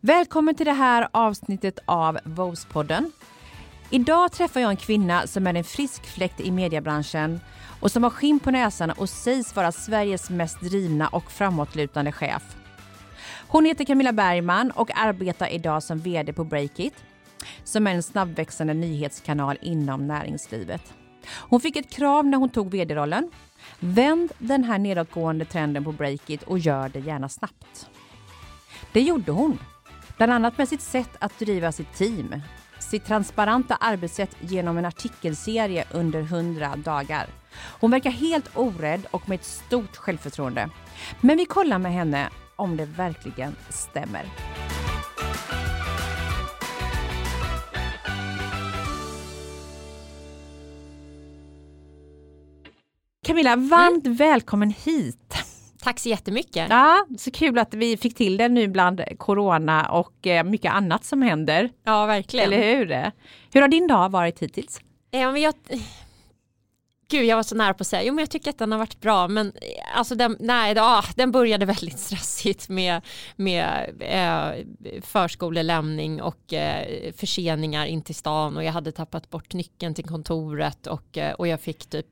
Välkommen till det här avsnittet av Vos-podden. Idag träffar jag en kvinna som är en frisk fläkt i mediebranschen och som har skinn på näsan och sägs vara Sveriges mest drivna och framåtlutande chef. Hon heter Camilla Bergman och arbetar idag som vd på Breakit, som är en snabbväxande nyhetskanal inom näringslivet. Hon fick ett krav när hon tog vd-rollen. Vänd den här nedåtgående trenden på Breakit och gör det gärna snabbt. Det gjorde hon. Bland annat med sitt sätt att driva sitt team. Sitt transparenta arbetssätt genom en artikelserie under 100 dagar. Hon verkar helt orädd och med ett stort självförtroende. Men vi kollar med henne om det verkligen stämmer. Camilla, varmt välkommen hit. Tack så jättemycket. Ja, så kul att vi fick till det nu bland corona och mycket annat som händer. Ja, verkligen. Eller hur? Hur har din dag varit hittills? Ja, men jag var så nära på att säga, men jag tycker att den har varit bra, men alltså den började väldigt stressigt med förskolelämning och förseningar in till stan, och jag hade tappat bort nyckeln till kontoret och jag fick typ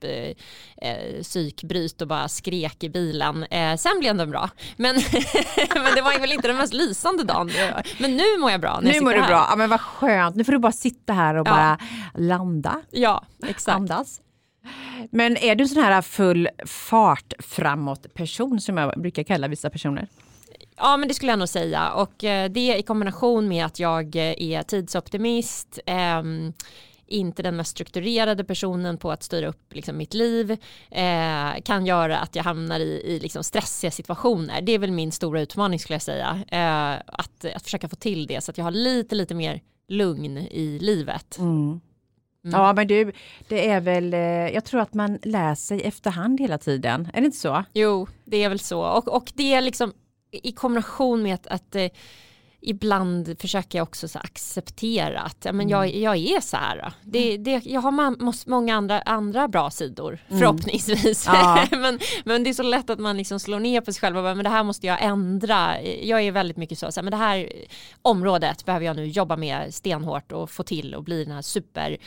psykbryt och bara skrek i bilen. Sen blev den bra, men det var väl inte den mest lysande dagen. Men nu mår jag bra. Nu mår du bra, ja, men vad skönt. Nu får du bara sitta här och bara landa. Ja, exakt. Andas. Men är du en sån här full fart framåt person som jag brukar kalla vissa personer? Ja, men det skulle jag nog säga. Och det i kombination med att jag är tidsoptimist, inte den mest strukturerade personen på att styra upp liksom mitt liv, kan göra att jag hamnar i liksom stressiga situationer. Det är väl min stora utmaning, skulle jag säga. Att försöka få till det så att jag har lite mer lugn i livet. Ja, men du, det är väl, jag tror att man lär sig efterhand hela tiden. Är det inte så? Jo, det är väl så. Och det är liksom i kombination med att ibland försöker jag också så acceptera att jag är så här. Jag har många andra bra sidor, förhoppningsvis. Ja. men det är så lätt att man liksom slår ner på sig själv och bara, men det här måste jag ändra. Jag är väldigt mycket så här, men det här området behöver jag nu jobba med stenhårt och få till och bli den här super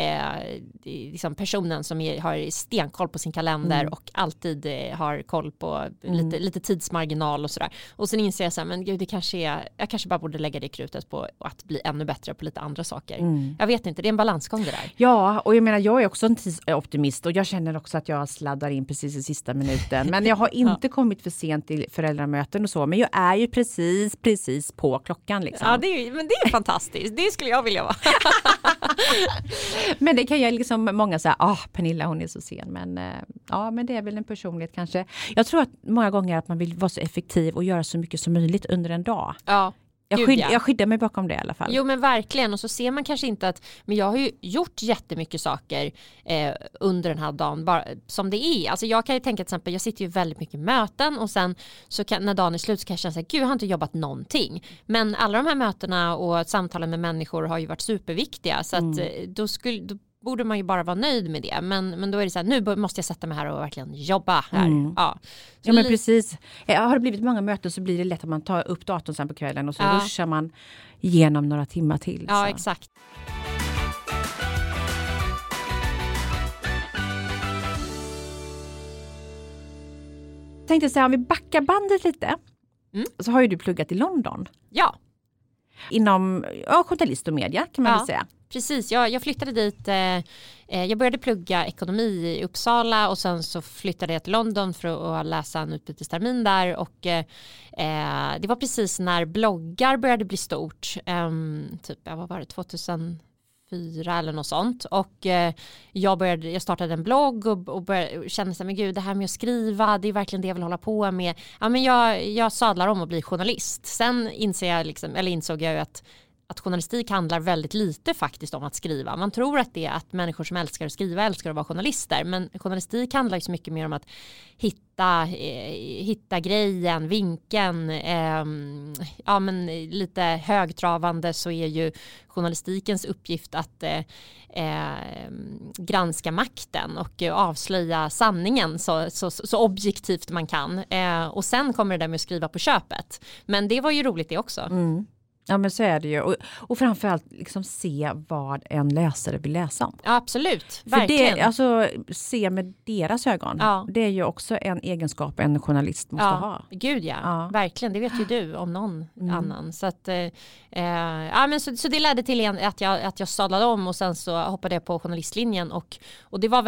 liksom personen som har stenkoll på sin kalender och alltid har koll på lite tidsmarginal och sådär. Och sen inser jag så här, men gud, jag kanske bara borde lägga det krutet på att bli ännu bättre på lite andra saker. Jag vet inte, det är en balansgång det där. Ja, och jag menar, jag är också en tidsoptimist och jag känner också att jag sladdar in precis i sista minuten. Men jag har inte kommit för sent till föräldramöten och så, men jag är ju precis på klockan liksom. Ja, men det är fantastiskt. Det skulle jag vilja vara. Men det kan jag liksom, många säga, Pernilla, hon är så sen, men det är väl en personlighet kanske. Jag tror att många gånger att man vill vara så effektiv och göra så mycket som möjligt under en dag. Ja. Jag skyddar mig bakom det i alla fall. Jo, men verkligen. Och så ser man kanske inte att, men jag har ju gjort jättemycket saker under den här dagen, bara som det är. Alltså jag kan ju tänka till exempel, jag sitter ju väldigt mycket i möten och sen så när dagen är slut så kan jag känna så här, gud, jag har inte jobbat någonting. Men alla de här mötena och samtalen med människor har ju varit superviktiga, så att då borde man ju bara vara nöjd med det. Men då är det så här, nu måste jag sätta mig här och verkligen jobba här. Ja, men precis. Har det blivit många möten så blir det lätt att man tar upp datorn sen på kvällen och så ruschar man igenom några timmar till. Ja, så. Exakt. Jag tänkte säga, om vi backar bandet lite, så har ju du pluggat i London. Ja. Inom journalist och media kan man väl säga. Precis, jag flyttade dit, jag började plugga ekonomi i Uppsala och sen så flyttade jag till London för att läsa en utbytestermin där, och det var precis när bloggar började bli stort, typ, vad var det, 2004 eller något sånt, och jag startade en blogg och kände så här, men gud, det här med att skriva, det är verkligen det jag vill hålla på med. Ja, men jag sadlar om att bli journalist. Sen insåg jag ju att journalistik handlar väldigt lite faktiskt om att skriva. Man tror att det är att människor som älskar att skriva älskar att vara journalister. Men journalistik handlar ju så mycket mer om att hitta grejen, vinkeln. Men lite högtravande så är ju journalistikens uppgift att granska makten och avslöja sanningen så objektivt man kan. Och sen kommer det där med att skriva på köpet. Men det var ju roligt det också. Ja, men så är det ju. Och framförallt liksom se vad en läsare vill läsa om. Ja, absolut. För Verkligen. det, alltså se med deras ögon. Ja. Det är ju också en egenskap en journalist måste ha. Gud ja. Verkligen. Det vet ju du om någon annan. Så att, så det ledde till att jag sadlade om och sen så hoppade jag på journalistlinjen och det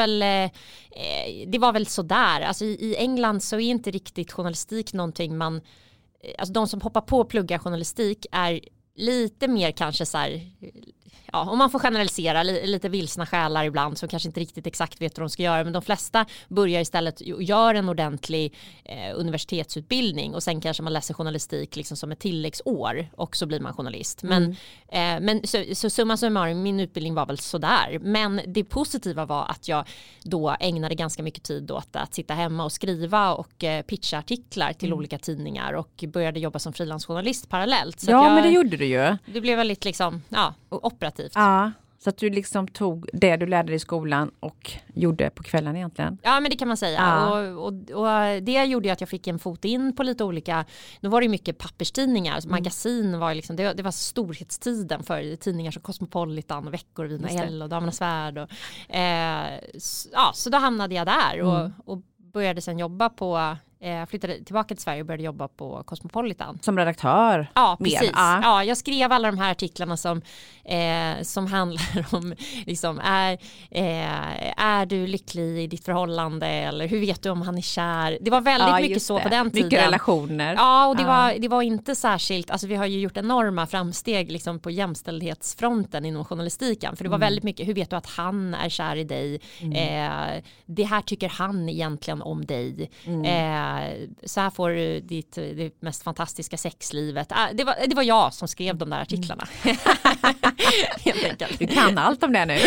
var väl sådär. Alltså i England så är inte riktigt journalistik någonting man, alltså de som hoppar på och pluggar journalistik är lite mer kanske så här, om man får generalisera, lite vilsna själar ibland som kanske inte riktigt exakt vet vad de ska göra, men de flesta börjar istället göra en ordentlig universitetsutbildning och sen kanske man läser journalistik liksom som ett tilläggsår och så blir man journalist. Men så summa summarum, min utbildning var väl sådär, men det positiva var att jag då ägnade ganska mycket tid åt att sitta hemma och skriva och pitcha artiklar till olika tidningar och började jobba som frilansjournalist parallellt. Så men det gjorde du ju. Det blev väldigt liksom, operativt. Ja, så att du liksom tog det du lärde dig i skolan och gjorde på kvällen egentligen. Ja, men det kan man säga. Ja. Och det gjorde att jag fick en fot in på lite olika, då var det mycket papperstidningar, alltså magasin var liksom, det var storhetstiden för tidningar som Cosmopolitan och Veckor, Vina L och Damernas Värld. Och, så då hamnade jag där och började sen jobba på, flyttade tillbaka till Sverige och började jobba på Cosmopolitan. Som redaktör? Ja, precis. Ja, jag skrev alla de här artiklarna som handlar om liksom, är du lycklig i ditt förhållande eller hur vet du om han är kär? Det var väldigt mycket så på den tiden. Mycket relationer. Ja, och det var inte särskilt, alltså vi har ju gjort enorma framsteg liksom på jämställdhetsfronten inom journalistiken, för det var väldigt mycket, hur vet du att han är kär i dig? Det här tycker han egentligen om dig. Så här får du det mest fantastiska sexlivet. Det var jag som skrev de där artiklarna. Helt enkelt. Du kan allt om det nu.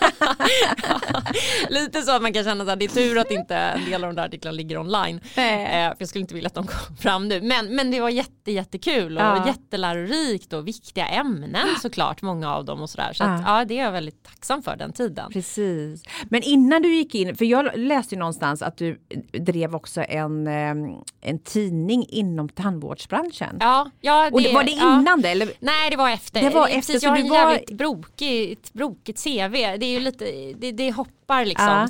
Lite så att man kan känna att det är tur att inte en del av de där artiklarna ligger online. För jag skulle inte vilja att de kom fram nu. Men det var jättekul och jättelärorikt och viktiga ämnen såklart, många av dem och sådär. Så att, det är jag väldigt tacksam för den tiden. Precis. Men innan du gick in, för jag läste ju någonstans att du drev också en tidning inom tandvårdsbranschen. Ja, och var det innan det? Eller? Nej, det var efter. Det var efter, precis, jag har en jävligt brokigt CV. Det är ju lite, det hoppar liksom.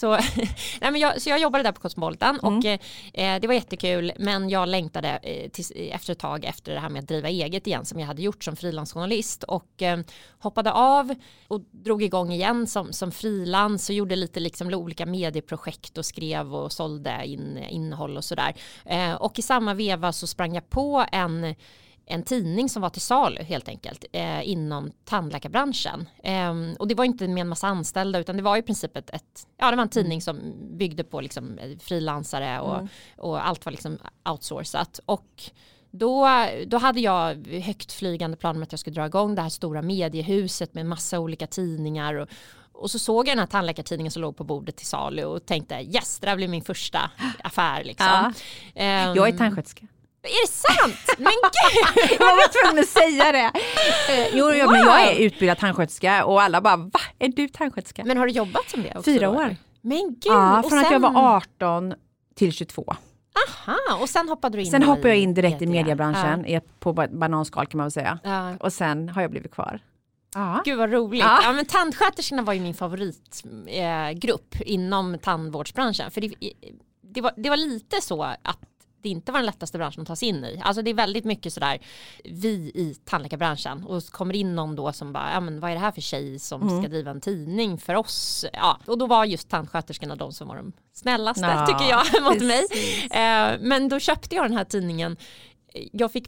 Så jag jobbade där på Cosmopolitan och det var jättekul, men jag längtade efter ett tag efter det här med att driva eget igen som jag hade gjort som frilansjournalist och hoppade av och drog igång igen som frilans och gjorde lite liksom olika medieprojekt och skrev och sålde innehåll och sådär. Och i samma veva så sprang jag på en tidning som var till salu helt enkelt inom tandläkarbranschen. Och det var inte med en massa anställda utan det var i princip det var en tidning som byggde på liksom frilansare och allt var liksom outsourcat. Och då hade jag högt flygande plan med att jag skulle dra igång det här stora mediehuset med massa olika tidningar och så såg jag den här tandläkartidningen som låg på bordet till salu och tänkte yes, det där blir min första affär liksom. Jag är tandsköterska. Är det sant? Men gud! Jag var tvungen att säga det. Men jag är utbildad tandsköterska och alla bara, va? Är du tandsköterska? Men har du jobbat som det också? 4 år. Men gud! Ja, från att jag var 18 till 22. Aha, och sen hoppade du in? Sen hoppade jag in direkt i mediebranschen på bananskal kan man väl säga. Och sen har jag blivit kvar. Gud vad roligt. Ja, men tandsköterskorna var ju min favoritgrupp inom tandvårdsbranschen. För det var lite så att det inte var den lättaste branschen att ta sig in i. Alltså det är väldigt mycket sådär vi i tandläkarbranschen och så kommer in någon då som bara, men vad är det här för tjej som ska driva en tidning för oss? Ja, och då var just tandsköterskorna de som var de snällaste tycker jag mot mig. Men då köpte jag den här tidningen. Jag fick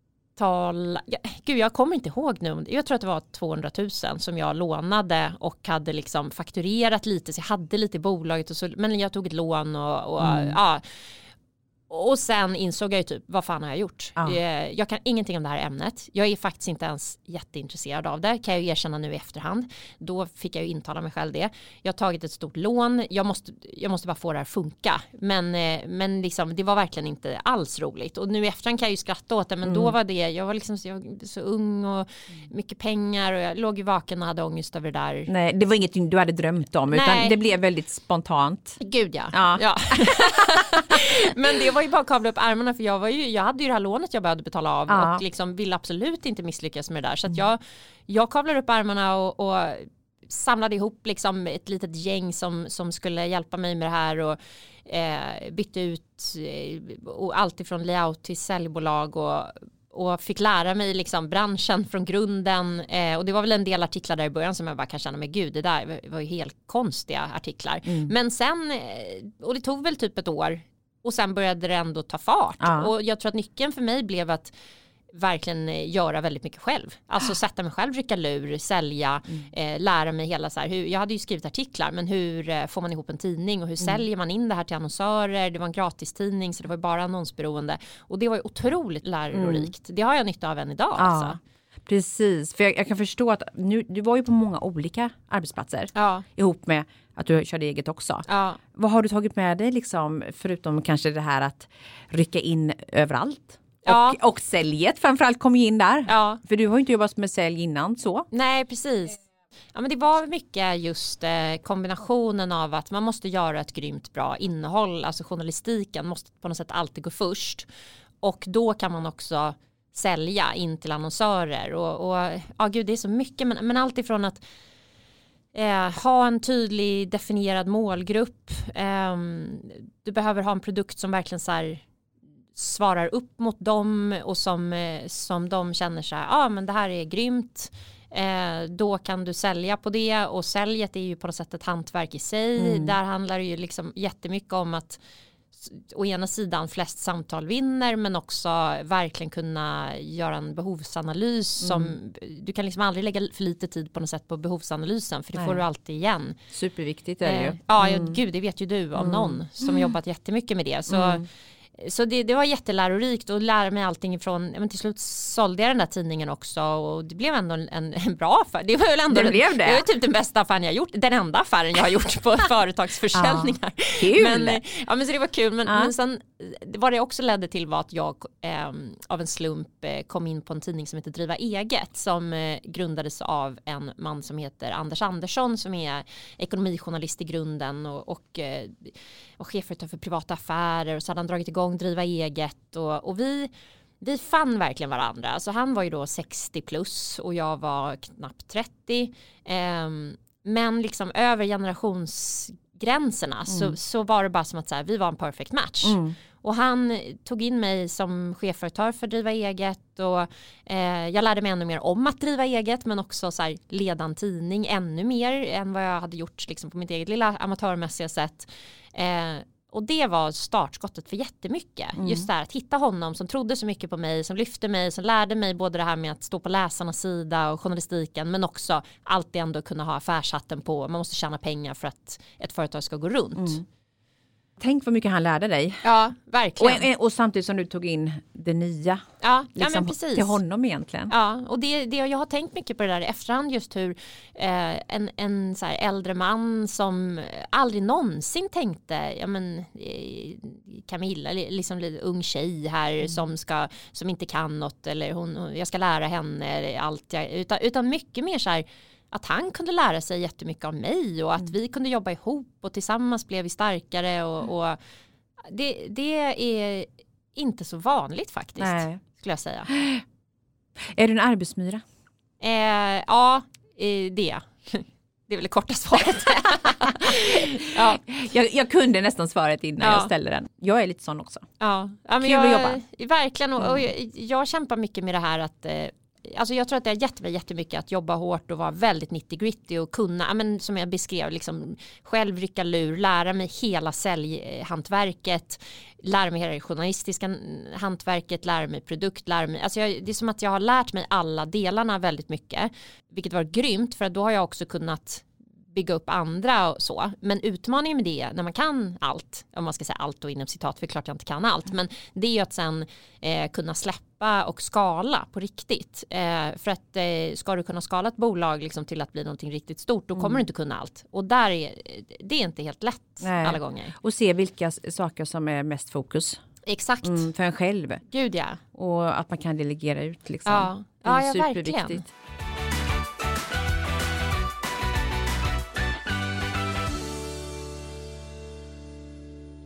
jag kommer inte ihåg nu. Jag tror att det var 200 000 som jag lånade och hade liksom fakturerat lite så jag hade lite i bolaget och så, men jag tog ett lån och sen insåg jag ju typ, vad fan har jag gjort? Jag kan ingenting om det här ämnet. Jag är faktiskt inte ens jätteintresserad av det. Kan jag ju erkänna nu i efterhand. Då fick jag ju intala mig själv det. Jag har tagit ett stort lån. Jag måste bara få det här funka. Men liksom, det var verkligen inte alls roligt. Och nu i efterhand kan jag ju skratta åt det. Men då var jag var så ung och mycket pengar. Och jag låg ju vaken och hade ångest över det där. Nej, det var inget du hade drömt om. Utan det blev väldigt spontant. Gud ja. Men det var var ju bara att kavla upp ärmarna, för jag hade ju det här lånet jag behövde betala av och liksom ville absolut inte misslyckas med det där. Så att jag kavlar upp ärmarna och samlade ihop liksom ett litet gäng som skulle hjälpa mig med det här och bytte ut och allt ifrån layout till säljbolag och fick lära mig liksom branschen från grunden, och det var väl en del artiklar där i början som jag bara kan känna, med gud, det där var ju helt konstiga artiklar. Men sen, och det tog väl typ ett år, och sen började det ändå ta fart. Och jag tror att nyckeln för mig blev att verkligen göra väldigt mycket själv. Alltså sätta mig själv, rycka lur, sälja, lära mig hela så här, jag hade ju skrivit artiklar, men hur får man ihop en tidning och hur säljer man in det här till annonsörer? Det var en gratis tidning, så det var bara annonsberoende, och det var ju otroligt lärorikt. Det har jag nytta av än idag. Alltså. Precis, för jag kan förstå att du var ju på många olika arbetsplatser ihop med att du körde eget också. Vad har du tagit med dig liksom, förutom kanske det här att rycka in överallt? Och säljet framförallt kom in där. För du har ju inte jobbat med sälj innan så. Nej, precis. Ja, men det var mycket just kombinationen av att man måste göra ett grymt bra innehåll. Alltså journalistiken måste på något sätt alltid gå först. Och då kan man också sälja in till annonsörer. Och gud, det är så mycket. Men allt ifrån att ha en tydlig definierad målgrupp. Du behöver ha en produkt som verkligen så här svarar upp mot dem och som de känner så här, men det här är grymt. Då kan du sälja på det, och säljet är ju på något sätt ett hantverk i sig. Där handlar det ju liksom jättemycket om att å ena sidan flest samtal vinner, men också verkligen kunna göra en behovsanalys som du kan liksom aldrig lägga för lite tid på något sätt på behovsanalysen, för det får du alltid igen. Superviktigt är det ju. Gud, det vet ju du om någon som har jobbat jättemycket med det. Så det var jättelärorikt, och lära mig allting ifrån, men till slut sålde jag den där tidningen också, och det blev ändå en bra affär. Det var väl ändå det var typ den bästa affären jag gjort, den enda affären jag har gjort på företagsförsäljningar. Kul! Men så det var kul, men sen vad det också ledde till var att jag av en slump kom in på en tidning som heter Driva Eget, som grundades av en man som heter Anders Andersson, som är ekonomijournalist i grunden och chefredaktör för privata affärer, och så hade han dragit igång Driva Eget, och vi fann verkligen varandra. Alltså han var ju då 60 plus och jag var knappt 30, men liksom över generationsgränserna så var det bara som att så här, vi var en perfect match. Och han tog in mig som chefredaktör för Driva Eget, och jag lärde mig ännu mer om att driva eget, men också så här, leda en tidning ännu mer än vad jag hade gjort liksom, på mitt eget lilla amatörmässiga sätt. Och det var startskottet för jättemycket. Just det här, att hitta honom som trodde så mycket på mig, som lyfte mig, som lärde mig både det här med att stå på läsarnas sida och journalistiken, men också alltid ändå kunna ha affärshatten på. Man måste tjäna pengar för att ett företag ska gå runt. Tänk vad mycket han lärde dig. Ja, verkligen. Och samtidigt som du tog in det nya liksom, men precis. till honom egentligen. Ja, och det jag har tänkt mycket på det där i efterhand, just hur en så här äldre man som aldrig någonsin tänkte, Camilla, liksom en ung tjej här som inte kan något, eller jag ska lära henne allt, utan mycket mer så här, att han kunde lära sig jättemycket av mig, och att vi kunde jobba ihop, och tillsammans blev vi starkare, och det är inte så vanligt faktiskt. Nej. Skulle jag säga. Är du en arbetsmyra? Ja, det är väl det korta svaret. Ja. Jag kunde nästan svaret innan jag ställde den. Jag är lite sån också. Ja, men kul att jobba. Verkligen, och jag kämpar mycket med det här att alltså jag tror att det är jättemycket att jobba hårt och vara väldigt nitty-gritty och kunna, men som jag beskrev, liksom själv rycka lur, lära mig hela säljhantverket, lära mig hela det journalistiska hantverket, lära mig produkt, det är som att jag har lärt mig alla delarna väldigt mycket, vilket var grymt, för då har jag också kunnat bygga upp andra och så. Men utmaningen med det, när man kan allt, om man ska säga allt och inom citat, för klart jag inte kan allt, men det är ju att sen kunna släppa och skala på riktigt. För att ska du kunna skala ett bolag liksom, till att bli någonting riktigt stort, då kommer du inte kunna allt. Och det är inte helt lätt alla gånger. Och se vilka saker som är mest fokus. Exakt. För en själv. Gud ja. Och att man kan delegera ut liksom. Det är superviktigt. Verkligen.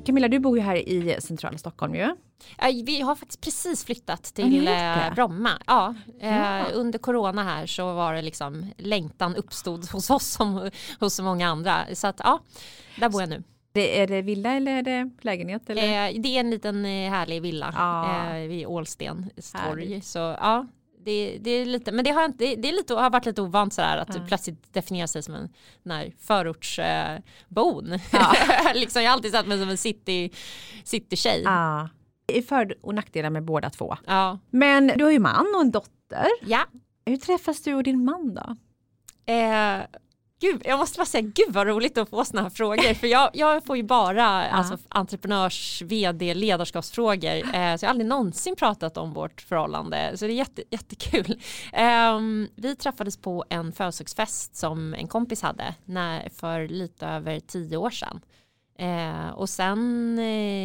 Camilla, du bor ju här i centrala Stockholm ju. Vi har faktiskt precis flyttat till Bromma. Ja, under corona här så var det liksom längtan uppstod hos oss som hos så många andra. Så att där bor jag nu. Är det villa eller är det lägenhet? Eller? Det är en liten härlig villa vid Ålsten torg. Så ja, det är lite, men det har varit lite ovant sådär att du plötsligt definierar sig som en förortsbon. Liksom, jag har alltid sett mig som en city-tjej. Ja. I för- och nackdelar med båda två. Ja. Men du har ju man och en dotter. Ja. Hur träffas du och din man då? Gud, jag måste bara säga, gud vad roligt att få såna här frågor. För jag får ju bara entreprenörs, vd, ledarskapsfrågor. Så jag har aldrig någonsin pratat om vårt förhållande. Så det är jättekul. Vi träffades på en födelsedagsfest som en kompis hade för lite över 10 år sedan. Och sen...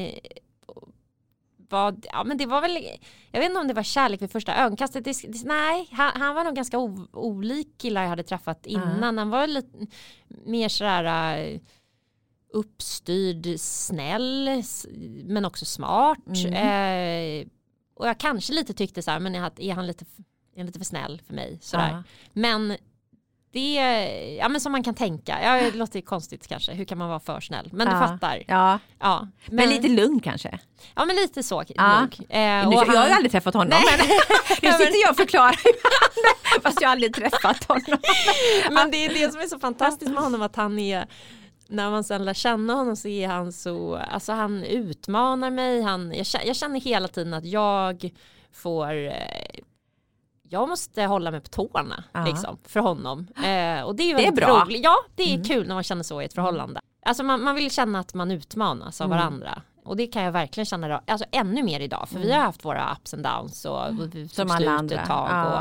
men det var väl, jag vet inte om det var kärlek vid första ögonkastet. Nej, han var nog ganska olik killar jag hade träffat innan. Han var lite mer sådär uppstyrd, snäll, men också smart. Och jag kanske lite tyckte så här, men är han lite för snäll för mig sådär. Men det men som man kan tänka. Det låter konstigt kanske. Hur kan man vara för snäll? Men du fattar. Ja. Men lite lugn kanske. Ja, men lite så. Jag har ju aldrig träffat honom. Men nu sitter jag och förklarar. Fast jag har aldrig träffat honom. Men det är det som är så fantastiskt med honom. Att han är... När man sen lär känna honom så är han så... Alltså han utmanar mig. Jag känner hela tiden att jag får... Jag måste hålla mig på tårna liksom, för honom. Och det är bra. Roligt. Ja, det är kul när man känner så i ett förhållande. Alltså man vill känna att man utmanas av varandra. Och det kan jag verkligen känna alltså ännu mer idag. För vi har haft våra ups and downs. Och vi som alla andra. Ett tag.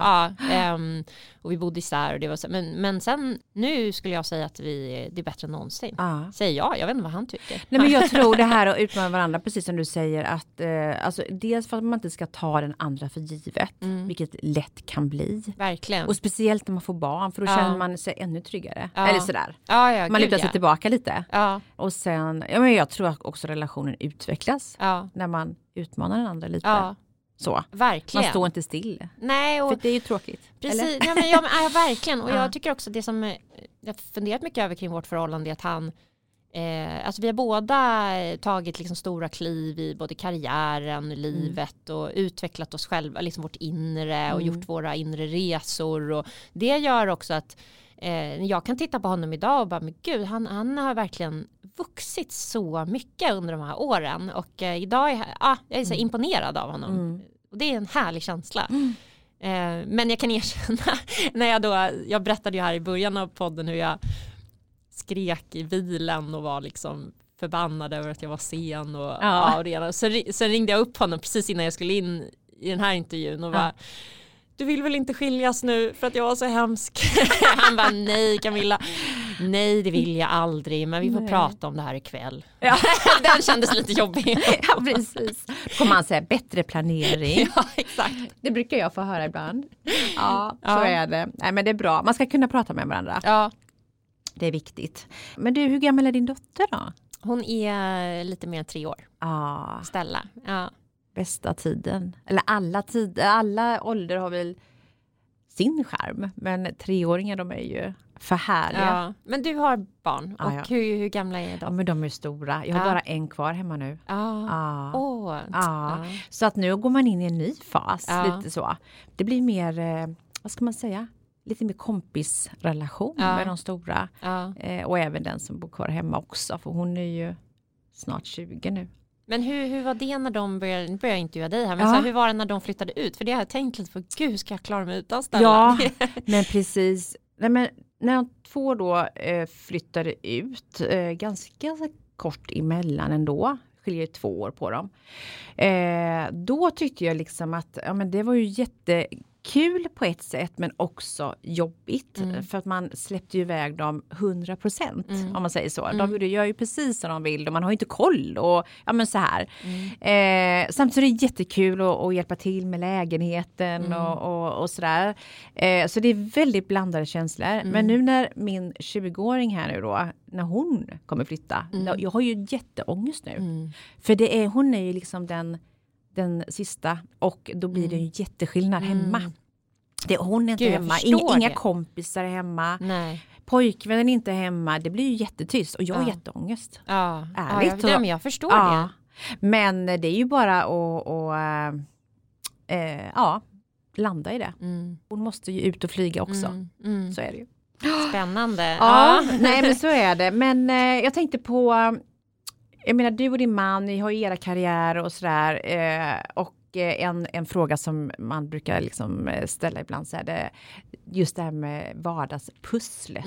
Och vi bodde isär. Och det var så. Men sen, nu skulle jag säga att det är bättre än någonsin. Säger jag vet inte vad han tycker. Nej, men jag tror det här att utmana varandra, precis som du säger. Att, alltså, dels för att man inte ska ta den andra för givet. Vilket lätt kan bli. Verkligen. Och speciellt när man får barn. För då känner man sig ännu tryggare. Eller sådär. Man lutar lutar sig tillbaka lite. Och sen, men jag tror också relationen utvecklas när man utmanar den andra lite. Så. Verkligen. Man står inte still. Nej, och för det är ju tråkigt. Precis. Ja, men verkligen. Och jag tycker också det som jag funderat mycket över kring vårt förhållande är att han alltså vi har båda tagit liksom stora kliv i både karriären, livet och utvecklat oss själva, liksom vårt inre och gjort våra inre resor. Och det gör också att jag kan titta på honom idag och bara, men gud, han har verkligen vuxit så mycket under de här åren. Och idag jag är så imponerad av honom. Och det är en härlig känsla. Men jag kan erkänna, när jag berättade ju här i början av podden hur jag skrek i bilen och var liksom förbannad över att jag var sen. Och sen ringde jag upp honom precis innan jag skulle in i den här intervjun och bara... Du vill väl inte skiljas nu för att jag var så hemsk? Han bara, nej Camilla. Nej, det vill jag aldrig. Men vi får prata om det här ikväll. Ja. Den kändes lite jobbig. Ja, precis. Kommer man säga bättre planering? Ja, exakt. Det brukar jag få höra ibland. Ja, så är det. Nej, men det är bra. Man ska kunna prata med varandra. Ja. Det är viktigt. Men du, hur gammal är din dotter då? Hon är lite mer än 3 år. Stella. Ja. Bästa tiden. Eller alla ålder har väl sin charm. Men 3-åringar, de är ju för härliga. Ja. Men du har barn. Och hur gamla är de? Ja, men de är stora. Jag har bara en kvar hemma nu. Så att nu går man in i en ny fas. Lite så. Det blir mer, vad ska man säga? Lite mer kompisrelation med de stora. Och även den som bor kvar hemma också. För hon är ju snart 20 nu. Men hur var det när de började intervjua dig här? Men så hur var det när de flyttade ut? För det har jag tänkt lite på, gud, hur ska jag klara mig utan Stella? Ja, men precis. Nej, men när de 2 då flyttade ut, ganska kort emellan ändå, skiljer 2 år på dem. Då tyckte jag liksom att men det var ju jättekul kul på ett sätt men också jobbigt. För att man släppte ju iväg dem 100% om man säger så. De gör ju precis som de vill och man har ju inte koll och ja men så här. Samtidigt är det jättekul att hjälpa till med lägenheten och sådär. Så det är väldigt blandade känslor. Men nu när min 20-åring här nu då, när hon kommer flytta, jag har ju jätteångest nu. För hon är ju liksom den sista och då blir det ju jätteskillnad hemma. Hon är inte hemma, inga kompisar är hemma. Nej. Pojkvännen är inte hemma, det blir ju jättetyst och jag har jätteångest. Ärligt. Men jag förstår det. Men det är ju bara att landa i det. Hon måste ju ut och flyga också. Så är det ju. Spännande. Ja, nej men så är det. Men jag tänkte på, jag menar du och din man, ni har ju era karriärer och sådär. Och en fråga som man brukar liksom ställa ibland så är det just det här med vardagspusslet.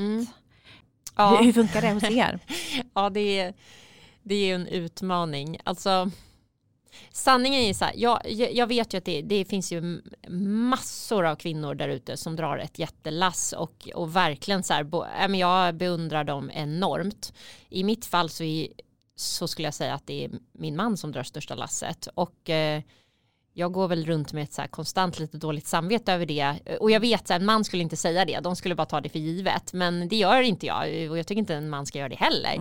Hur funkar det hos er? Ja, det är en utmaning. Alltså, sanningen är så här, jag vet ju att det finns ju massor av kvinnor där ute som drar ett jättelass och verkligen så här, jag beundrar dem enormt. I mitt fall så skulle jag säga att det är min man som drar största lasset och jag går väl runt med ett så här konstant lite dåligt samvete över det. Och jag vet att en man skulle inte säga det. De skulle bara ta det för givet. Men det gör inte jag. Och jag tycker inte en man ska göra det heller.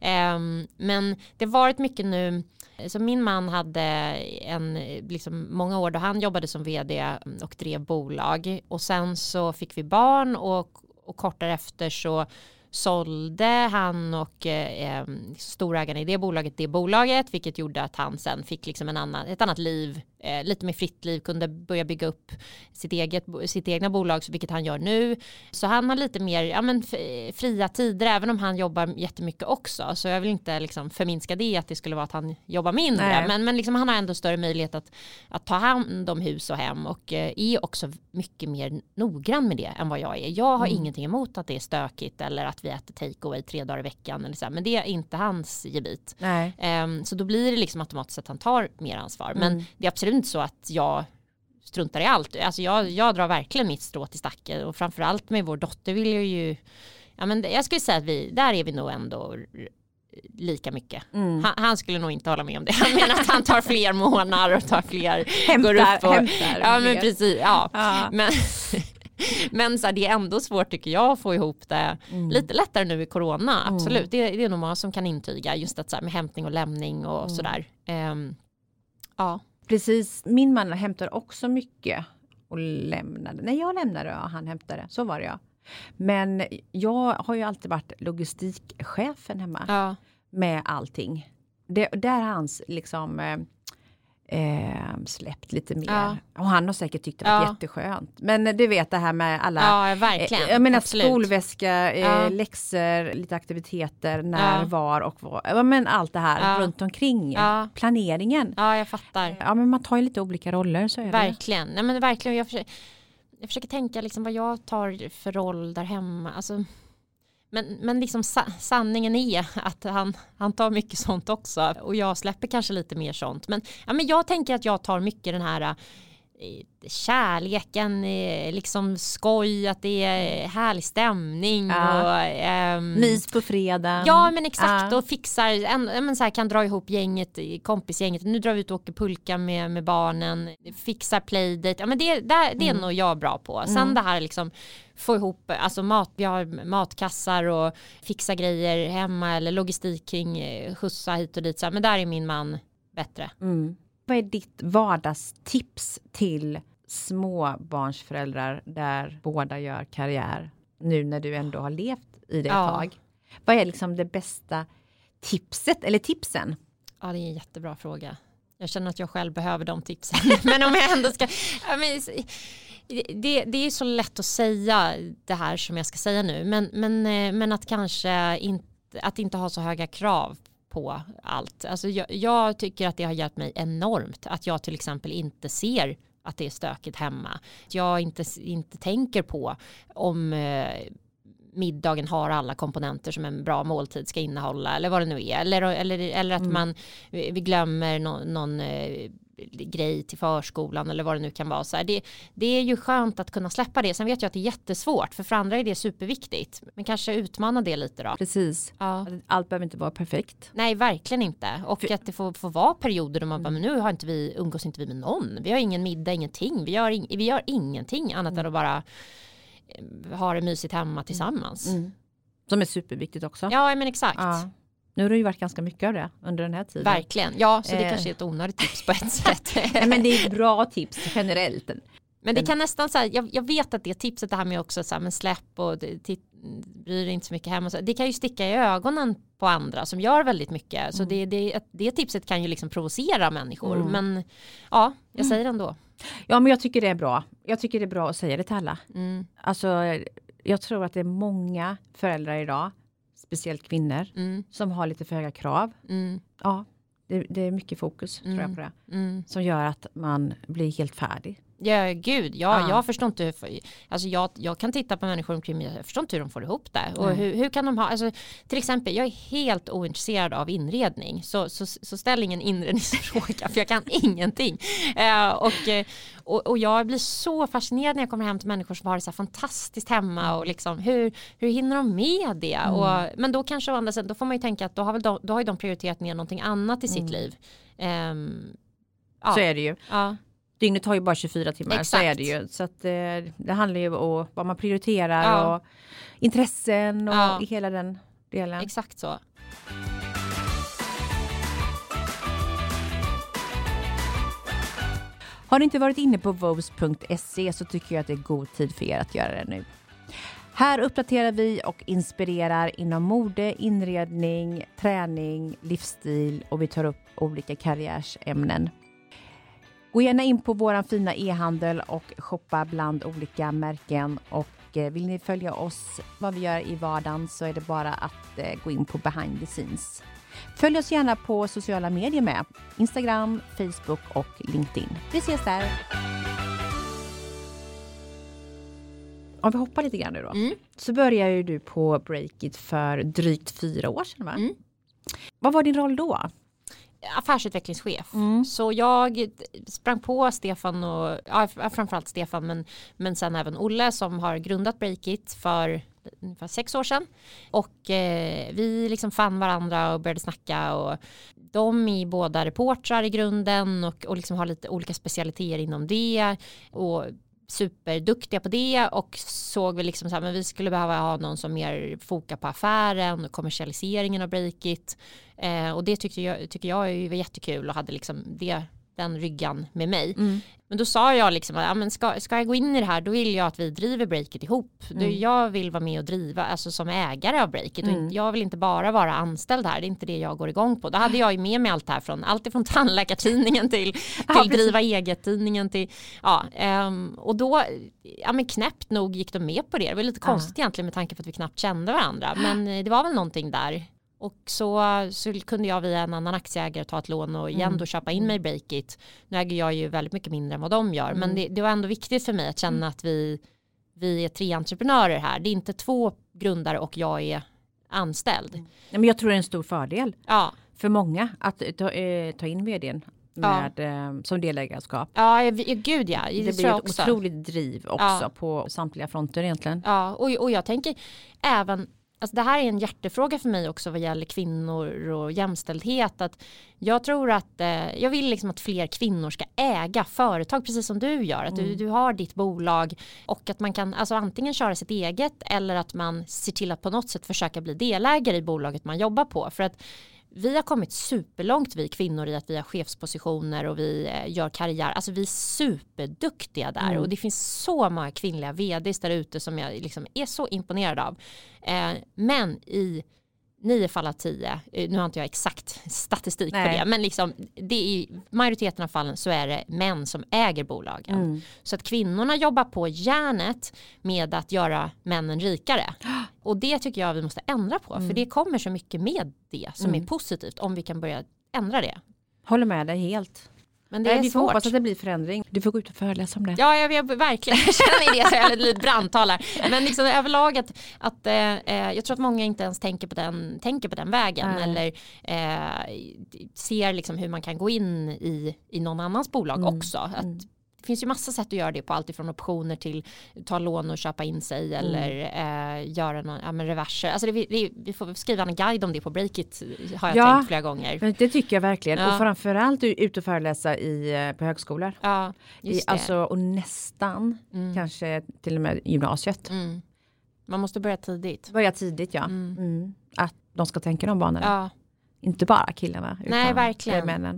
Men det har varit mycket nu. Så min man hade många år då han jobbade som vd och drev bolag. Och sen så fick vi barn och kort därefter så sålde han och storägarna i det bolaget, vilket gjorde att han sen fick liksom ett annat liv, lite mer fritt liv, kunde börja bygga upp sitt egna bolag, vilket han gör nu. Så han har lite mer fria tider, även om han jobbar jättemycket också. Så jag vill inte liksom förminska det, att det skulle vara att han jobbar mindre. Men liksom, han har ändå större möjlighet att ta hand om hus och hem och är också mycket mer noggrann med det än vad jag är. Jag har ingenting emot att det är stökigt eller att vi äter takeaway 3 dagar i veckan eller så här, men det är inte hans gebit. Så då blir det liksom automatiskt att han tar mer ansvar. Men det är absolut inte så att jag struntar i allt. Alltså jag drar verkligen mitt strå till stacken och framförallt med vår dotter vill jag ju, jag skulle säga att där är vi nog ändå lika mycket. Han skulle nog inte hålla med om det. Han menar att han tar fler månader och tar fler hämtar. Ja, men precis. Ja. Men så här, det är ändå svårt tycker jag att få ihop det. Lite lättare nu i corona, absolut. Det är nog många som kan intyga just att så här, med hämtning och lämning och sådär. Ja. Precis, min man hämtar också mycket och lämnade. Nej, jag lämnade och han hämtade. Så var det jag. Men jag har ju alltid varit logistikchefen hemma med allting. Där har hans liksom släppt lite mer. Och han har säkert tyckt det var jätteskönt. Men du vet det här med alla... Ja, verkligen. Jag menar absolut. Skolväska, läxor, lite aktiviteter, när, var och var. Ja, men allt det här runt omkring. Planeringen. Ja, jag fattar. Ja, men man tar ju lite olika roller, så är verkligen. Nej, men verkligen. Jag försöker tänka liksom vad jag tar för roll där hemma. Alltså... Men liksom sanningen är att han tar mycket sånt också. Och jag släpper kanske lite mer sånt. Men jag tänker att jag tar mycket den här kärleken, liksom skoj, att det är härlig stämning. Och, mys på fredag. Ja, men exakt. Och fixar, så här, kan dra ihop kompisgänget. Nu drar vi ut och åker pulka med barnen. Fixar playdate. Ja, men det är nog jag bra på. Sen det här liksom få ihop, alltså vi har matkassar och fixa grejer hemma eller logistik kring skjutsa hit och dit. Så här, men där är min man bättre. Vad är ditt vardagstips till småbarnsföräldrar där båda gör karriär nu när du ändå har levt i det ett tag? Vad är liksom det bästa tipset eller tipsen? Ja, det är en jättebra fråga. Jag känner att jag själv behöver de tipsen. Men om jag ändå ska... Det är så lätt att säga det här som jag ska säga nu. Men att kanske inte ha så höga krav på allt. Alltså jag tycker att det har hjälpt mig enormt. Att jag till exempel inte ser att det är stökigt hemma. Jag inte tänker på om middagen har alla komponenter som en bra måltid ska innehålla eller vad det nu är. Eller att vi glömmer någon grej till förskolan eller vad det nu kan vara. Så här, det är ju skönt att kunna släppa det. Sen vet jag att det är jättesvårt, för andra är det superviktigt. Men kanske utmana det lite då. Precis. Ja. Allt behöver inte vara perfekt. Nej, verkligen inte. Och att det får vara perioder då man bara, men nu umgås inte vi med någon. Vi har ingen middag, ingenting. Vi gör ingenting annat än att bara ha det mysigt hemma tillsammans. Som är superviktigt också. Ja, men exakt. Ja. Nu har det ju varit ganska mycket av det under den här tiden. Verkligen. Ja, så det kanske är ett onödigt tips på ett sätt. Nej, men det är ett bra tips generellt. Men det kan nästan så här, jag vet att det tipset det här med också så här, men släpp och bryr inte så mycket hemma. Så, det kan ju sticka i ögonen på andra som gör väldigt mycket. Så det tipset kan ju liksom provocera människor. Men ja, jag säger ändå. Ja, men jag tycker det är bra. Jag tycker det är bra att säga det till alla. Alltså, jag tror att det är många föräldrar idag, speciellt kvinnor, som har lite för höga krav. Ja, det är mycket fokus tror jag på det. Som gör att man blir helt färdig. Ja, gud. Jag förstår inte hur, alltså jag kan titta på människor omkring mig, jag förstår inte hur de får ihop det. Och hur kan de ha, alltså, till exempel, jag är helt ointresserad av inredning. Så ställ ingen inredningsfråga, för jag kan ingenting. Och jag blir så fascinerad när jag kommer hem till människor som har det så här fantastiskt hemma. Och liksom, hur hinner de med det? Men då kanske å andra sidan, då får man ju tänka att då har ju de prioriterat ner någonting annat i sitt liv. Så är det ju. Ja. Dygnet har ju bara 24 timmar. Exakt. Så är det ju. Så att, det handlar ju om vad man prioriterar och intressen och hela den delen. Exakt så. Har ni inte varit inne på vows.se så tycker jag att det är god tid för er att göra det nu. Här uppdaterar vi och inspirerar inom mode, inredning, träning, livsstil och vi tar upp olika karriärsämnen. Gå gärna in på våran fina e-handel och shoppa bland olika märken. Och vill ni följa oss vad vi gör i vardagen så är det bara att gå in på behind the scenes. Följ oss gärna på sociala medier med Instagram, Facebook och LinkedIn. Vi ses där! Om vi hoppar lite grann nu då. Så börjar ju du på Breakit för drygt 4 år sedan, va? Vad var din roll då? Affärsutvecklingschef. Så jag sprang på Stefan och framförallt Stefan men sen även Olle som har grundat Breakit för ungefär 6 år sedan. Och vi liksom fann varandra och började snacka och de är båda reportrar i grunden och liksom har lite olika specialiteter inom det och superduktiga på det och såg vi liksom så här, men vi skulle behöva ha någon som mer fokar på affären och kommersialiseringen av Breakit. Och det tycker jag var jättekul och hade liksom den ryggan med mig. Men då sa jag liksom att men ska jag gå in i det här, då vill jag att vi driver Breakit ihop. Jag vill vara med och driva, alltså som ägare av Breakit. Och jag vill inte bara vara anställd här, det är inte det jag går igång på. Då hade jag ju med mig allt det här från allt ifrån tandläkartidningen till driva eget-tidningen till och då men knäppt nog gick de med på det. Det var lite konstigt egentligen med tanke på att vi knappt kände varandra, men det var väl någonting där. Och så kunde jag via en annan aktieägare ta ett lån och igen då köpa in mig i Breakit. Nu äger jag ju väldigt mycket mindre än vad de gör. Men det var ändå viktigt för mig att känna att vi är 3 entreprenörer här. Det är inte 2 grundare och jag är anställd. Men jag tror det är en stor fördel för många att ta in vdn som delägarskap. Ja, gud ja. Det blir ett otroligt driv också på samtliga fronter egentligen. Ja, och jag tänker även... Alltså det här är en hjärtefråga för mig också vad gäller kvinnor och jämställdhet. Att jag tror att jag vill liksom att fler kvinnor ska äga företag precis som du gör. Att du har ditt bolag och att man kan alltså antingen köra sitt eget eller att man ser till att på något sätt försöka bli delägare i bolaget man jobbar på. För att vi har kommit superlångt, vi kvinnor, i att vi har chefspositioner och vi gör karriär. Alltså vi är superduktiga där och det finns så många kvinnliga vd:s där ute som jag liksom är så imponerad av. Men i 9 fall av 10, nu har inte jag exakt statistik på det, men liksom det är, i majoriteten av fallen så är det män som äger bolagen. Så att kvinnorna jobbar på järnet med att göra männen rikare. Och det tycker jag vi måste ändra på, för det kommer så mycket med det som är positivt om vi kan börja ändra det. Håller med dig helt. Men det är vi får svårt. hoppas att det blir förändring. Du får gå ut och föreläsa om det. Ja, jag verkligen känner det så jag lite brandtalar. Men liksom överlag att jag tror att många inte ens tänker på den vägen. Eller ser liksom hur man kan gå in i någon annans bolag också. Det finns ju massa sätt att göra det på, allt ifrån optioner till ta lån och köpa in sig eller göra reverser. Alltså vi får skriva en guide om det på Breakit, har jag tänkt flera gånger. Det tycker jag verkligen. Och framförallt ut och föreläsa på högskolor. Ja, just det. Alltså, och nästan kanske till och med gymnasiet. Man måste börja tidigt. Börja tidigt, ja. Att de ska tänka de banorna. Ja. Inte bara killarna, utan nej, verkligen. Männen.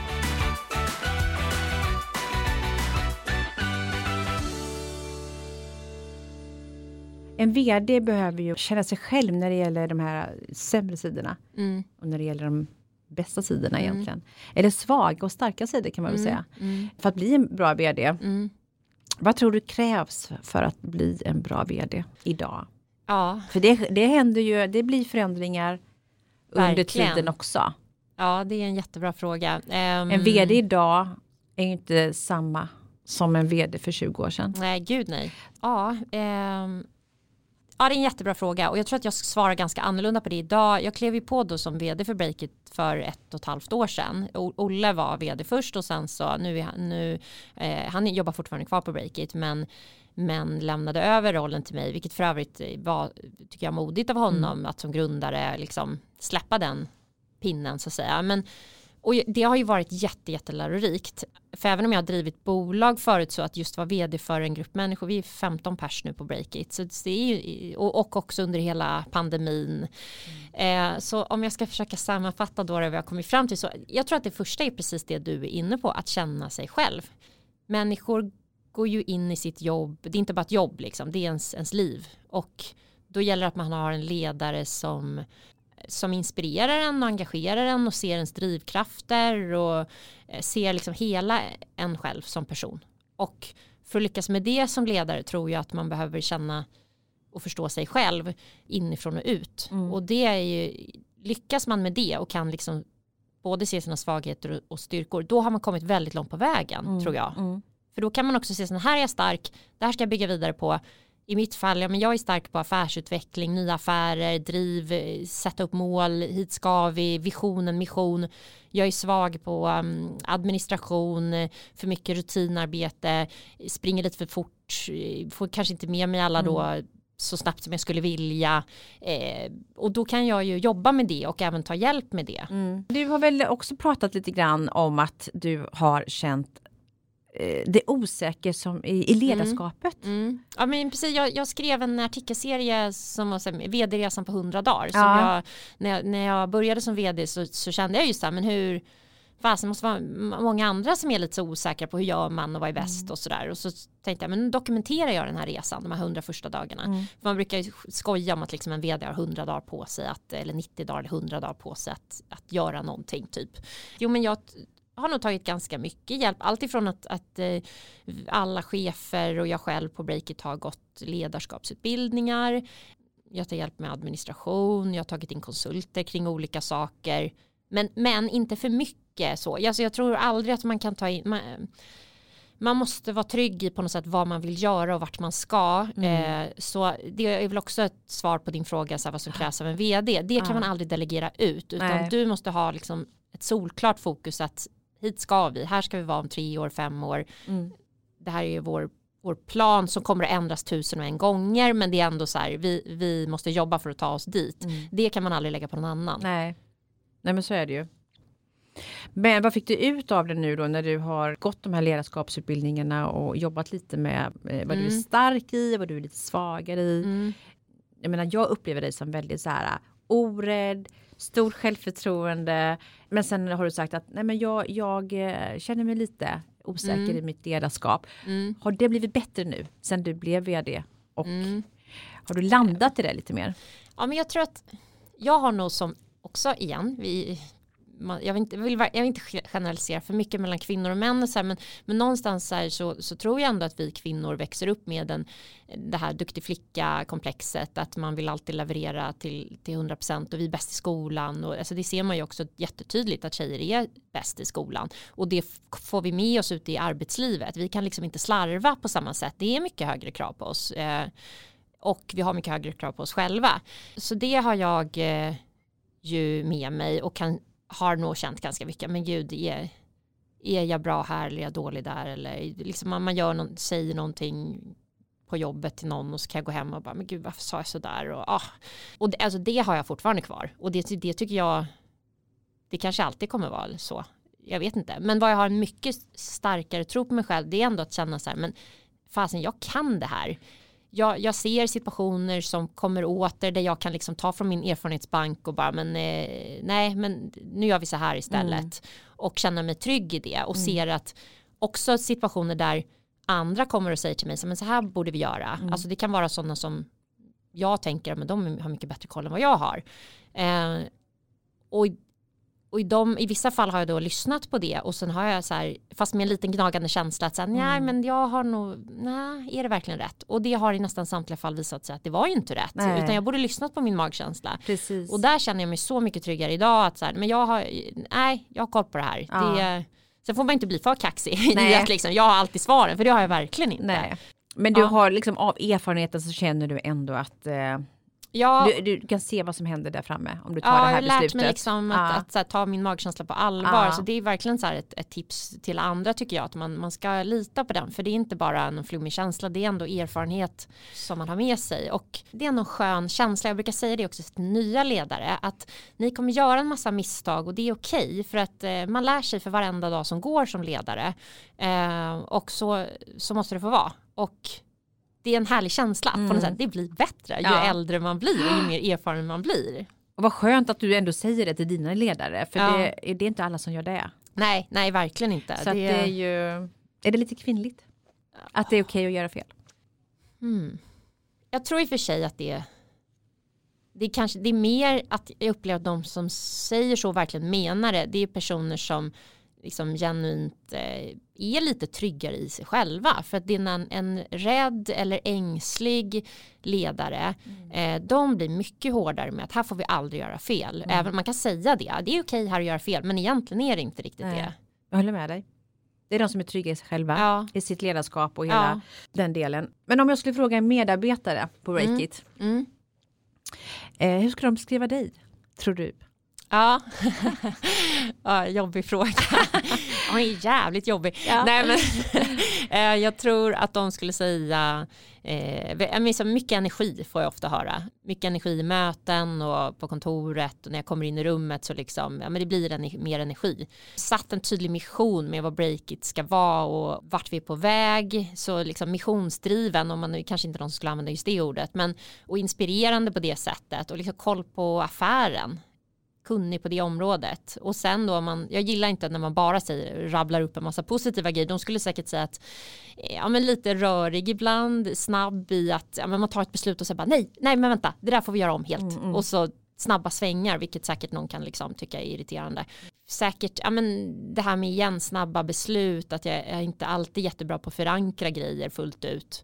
En vd behöver ju känna sig själv när det gäller de här sämre sidorna. Och när det gäller de bästa sidorna egentligen. Eller svaga och starka sidor kan man väl säga. För att bli en bra vd. Vad tror du krävs för att bli en bra vd idag? Ja. För det händer ju, det blir förändringar under tiden också. Ja, det är en jättebra fråga. En vd idag är ju inte samma som en vd för 20 år sedan. Nej, gud nej. Ja, ja, det är en jättebra fråga och jag tror att jag svarar ganska annorlunda på det idag. Jag klev ju på då som vd för Breakit för 1,5 år sedan. Olle var vd först och sen så han jobbar fortfarande kvar på Breakit men lämnade över rollen till mig, vilket för övrigt var, tycker jag, modigt av honom att som grundare liksom släppa den pinnen så att säga. Och det har ju varit jättelärorikt. För även om jag har drivit bolag förut så att just vara vd för en grupp människor, vi är 15 pers nu på Breakit. Så det är ju, och också under hela pandemin. Så om jag ska försöka sammanfatta då vad jag kommit fram till, så jag tror att det första är precis det du är inne på, att känna sig själv. Människor går ju in i sitt jobb, det är inte bara ett jobb liksom, det är ens liv. Och då gäller det att man har en ledare som inspirerar en och engagerar en och ser ens drivkrafter och ser liksom hela en själv som person. Och för att lyckas med det som ledare tror jag att man behöver känna och förstå sig själv inifrån och ut. Och det är ju, lyckas man med det och kan liksom både se sina svagheter och styrkor, då har man kommit väldigt långt på vägen, tror jag. För då kan man också se så här är jag stark, det här ska jag bygga vidare på. I mitt fall, men jag är stark på affärsutveckling, nya affärer, driv, sätta upp mål, hit ska vi, visionen, mission. Jag är svag på administration, för mycket rutinarbete, springer lite för fort, får kanske inte med mig alla då så snabbt som jag skulle vilja. Och då kan jag ju jobba med det och även ta hjälp med det. Du har väl också pratat lite grann om att du har känt det osäker som i ledarskapet. Ja, men precis, jag skrev en artikelserie som var vd-resan på 100 dagar. Som när jag började som vd så kände jag just det här, men hur fast det måste vara många andra som är lite så osäkra på hur gör man och vad är bäst och sådär. Och så tänkte jag, men dokumenterar jag den här resan, de här 100 första dagarna. För man brukar ju skoja om att liksom en vd har 100 dagar på sig, eller 90 dagar eller 100 dagar på sig att göra någonting typ. Jo, men jag har nog tagit ganska mycket hjälp. Allt ifrån att alla chefer och jag själv på Breakit har gått ledarskapsutbildningar. Jag tar hjälp med administration. Jag har tagit in konsulter kring olika saker. Men inte för mycket så. Alltså jag tror aldrig att man kan ta in... Man måste vara trygg i på något sätt vad man vill göra och vart man ska. Så det är väl också ett svar på din fråga, så här, vad som krävs av en vd. Det kan man aldrig delegera ut. Utan du måste ha liksom ett solklart fokus att hit ska vi, här ska vi vara om 3 år, 5 år. Det här är ju vår plan som kommer att ändras 1001 gånger, men det är ändå så här, vi måste jobba för att ta oss dit. Det kan man aldrig lägga på någon annan. Nej, men så är det ju. Men vad fick du ut av det nu då när du har gått de här ledarskapsutbildningarna och jobbat lite med vad du är stark i, vad du är lite svagare i? Jag menar, jag upplever dig som väldigt så här orädd, stor självförtroende, men sen har du sagt att nej, men jag känner mig lite osäker i mitt ledarskap. Har det blivit bättre nu sen du blev vd? Och har du landat i det lite mer? Ja, men jag tror att jag har nog som också igen, jag vill inte generalisera för mycket mellan kvinnor och män och så här, men någonstans så, här, så tror jag ändå att vi kvinnor växer upp med det här duktig flicka-komplexet, att man vill alltid leverera till 100% och vi är bäst i skolan, och alltså det ser man ju också jättetydligt att tjejer är bäst i skolan, och det får vi med oss ut i arbetslivet. Vi kan liksom inte slarva på samma sätt, det är mycket högre krav på oss och vi har mycket högre krav på oss själva, så det har jag ju med mig och har nog känt ganska mycket, men gud, är jag bra här eller är jag dålig där, eller liksom man säger någonting på jobbet till någon och så kan jag gå hem och bara, men gud, varför sa jag så där, och alltså det har jag fortfarande kvar, och det tycker jag, det kanske alltid kommer vara så, jag vet inte, men vad jag har en mycket starkare tro på mig själv, det är ändå att känna så här, men fasen, jag kan det här. Jag ser situationer som kommer åter där jag kan liksom ta från min erfarenhetsbank och bara, men nu gör vi så här istället, och känna mig trygg i det, och ser att också situationer där andra kommer och säger till mig, men så här borde vi göra. Alltså det kan vara sådana som jag tänker, men de har mycket bättre koll än vad jag har. Och i vissa fall har jag då lyssnat på det, och sen har jag så här, fast med en liten gnagande känsla att säga, nej, men jag har nog, är det verkligen rätt? Och det har i nästan samtliga fall visat sig att det var ju inte rätt, utan jag borde lyssnat på min magkänsla. Precis. Och där känner jag mig så mycket tryggare idag, att så här, men jag har koll på det här. Ja. Sen får man inte bli för kaxig i att liksom, jag har alltid svaren, för det har jag verkligen inte. Nej. Men du har liksom, av erfarenheten så känner du ändå att du kan se vad som händer där framme om du tar det här beslutet. Jag har lärt mig liksom att så här, ta min magkänsla på allvar. Så det är verkligen så här ett tips till andra, tycker jag, att man ska lita på den, för det är inte bara en flummig känsla, det är ändå erfarenhet som man har med sig, och det är en skön känsla. Jag brukar säga det också till nya ledare, att ni kommer göra en massa misstag, och det är okej, för att man lär sig för varenda dag som går som ledare, och så måste det få vara, och det är en härlig känsla på något sätt. Det blir bättre ju äldre man blir och ju mer erfaren man blir. Och vad skönt att du ändå säger det till dina ledare, för det är inte alla som gör det. Nej, verkligen inte. Så det är ju, är det lite kvinnligt att det är okej att göra fel? Jag tror i och för sig att det är mer att jag upplever att de som säger så verkligen menar det. Det är personer som liksom genuint är lite tryggare i sig själva, för att det är en rädd eller ängslig ledare, de blir mycket hårdare med att här får vi aldrig göra fel. Även man kan säga det är okej här att göra fel, men egentligen är det inte riktigt det. Jag håller med dig. Det är de som är trygga i sig själva, i sitt ledarskap och hela den delen. Men om jag skulle fråga en medarbetare på Breakit, hur ska de beskriva dig, tror du? Ja, jobbig fråga. Hon är jävligt jobbig. Nej, men jag tror att de skulle säga mycket energi får jag ofta höra. Mycket energi i möten och på kontoret, och när jag kommer in i rummet så liksom, men det blir mer energi. Satt en tydlig mission med vad Breakit ska vara och vart vi är på väg, så liksom missionsdriven, om man kanske inte någon skulle använda just det ordet, men och inspirerande på det sättet, och liksom koll på affären, kunnig på det området. Och sen då, jag gillar inte när man bara rabblar upp en massa positiva grejer. De skulle säkert säga att men lite rörig ibland, snabb i att men man tar ett beslut och säger bara nej men vänta, det där får vi göra om helt. Och så snabba svängar, vilket säkert någon kan liksom tycka är irriterande. Säkert, men det här med snabba beslut, att jag är inte alltid jättebra på att förankra grejer fullt ut.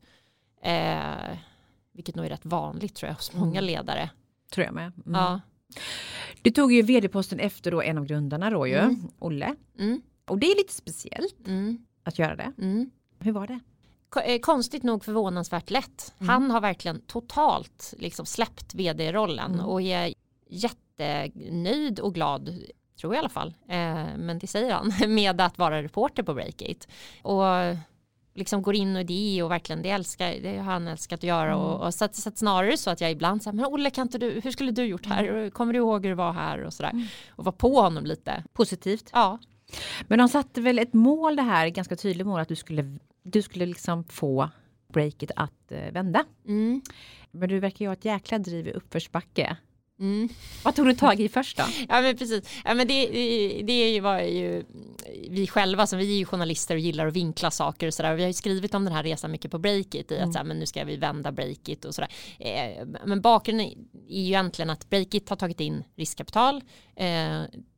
Vilket nog är rätt vanligt, tror jag, hos många ledare. Tror jag med. Ja. Du tog ju vd-posten efter då en av grundarna då ju, Olle. Och det är lite speciellt att göra det. Hur var det? Konstigt nog förvånansvärt lätt. Han har verkligen totalt liksom släppt vd-rollen och är jättenöjd och glad, tror jag i alla fall. Men det säger han, med att vara reporter på Breakit. Och liksom går in i det, och verkligen det har han älskat att göra, och så snarare så att jag ibland säger, men Olle, kan inte du, hur skulle du gjort här? Kommer du ihåg hur det var här? Och sådär. Och var på honom lite. Positivt. Ja. Men de satte väl ett mål, det här ganska tydligt mål, att du skulle liksom få Breakit att vända. Men du verkar ju ha ett jäkla driv i uppförsbacke. Vad tog du tag i först då? Ja, men precis. Ja, men det var ju vi själva, som vi är ju journalister och gillar att vinkla saker och sådär. Vi har ju skrivit om den här resan mycket på Breakit, i att så här, men nu ska vi vända Breakit och sådär. Men bakgrunden är ju egentligen att Breakit har tagit in riskkapital.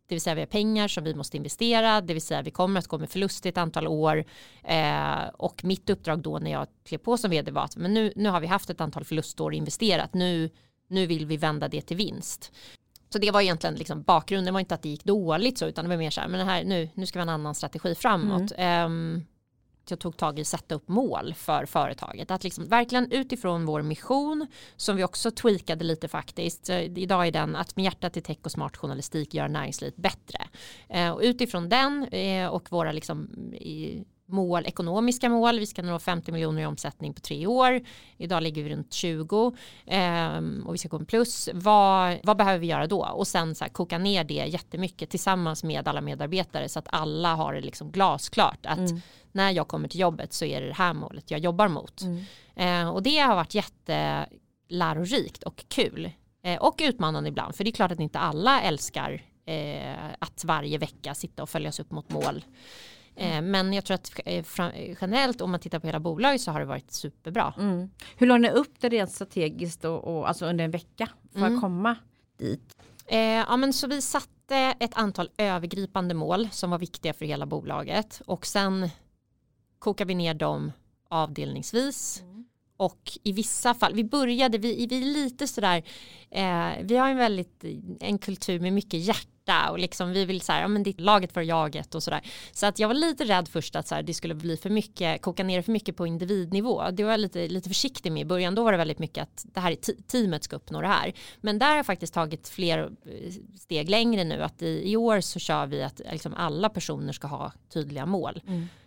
Det vill säga vi har pengar som vi måste investera. Det vill säga vi kommer att gå med förlust i ett antal år. Och mitt uppdrag då när jag klev på som vd var att men nu har vi haft ett antal förlustår investerat. Nu vill vi vända det till vinst. Så det var egentligen liksom bakgrunden. Det var inte att det gick dåligt så, utan det var mer så här, men det här, nu ska vi ha en annan strategi framåt. Jag tog tag i att sätta upp mål för företaget. Att liksom verkligen utifrån vår mission, som vi också tweakade lite faktiskt. Idag är den att med hjärta till tech och smart journalistik gör näringslivet bättre. Och utifrån den och våra liksom mål, ekonomiska mål. Vi ska nå 50 miljoner i omsättning på 3 år. Idag ligger vi runt 20 och vi ska gå en plus. Vad behöver vi göra då? Och sen så här, koka ner det jättemycket tillsammans med alla medarbetare så att alla har det liksom glasklart att när jag kommer till jobbet så är det här målet jag jobbar mot. Och det har varit jättelärorikt och kul. Och utmanande ibland. För det är klart att inte alla älskar att varje vecka sitta och följas upp mot mål. Men jag tror att generellt om man tittar på hela bolaget så har det varit superbra. Hur la ni upp det rent strategiskt och alltså under en vecka för att komma dit? Men så vi satte ett antal övergripande mål som var viktiga för hela bolaget och sen kokar vi ner dem avdelningsvis. Och i vissa fall, vi är lite sådär, vi har en kultur med mycket hjärta och liksom vi vill såhär, men det är laget för jaget och sådär. Så att jag var lite rädd först att det skulle bli för mycket, koka ner för mycket på individnivå. Det var jag lite försiktig med i början. Då var det väldigt mycket att det här är teamet ska uppnå det här. Men där har jag faktiskt tagit fler steg längre nu. Att i år så kör vi att liksom alla personer ska ha tydliga mål.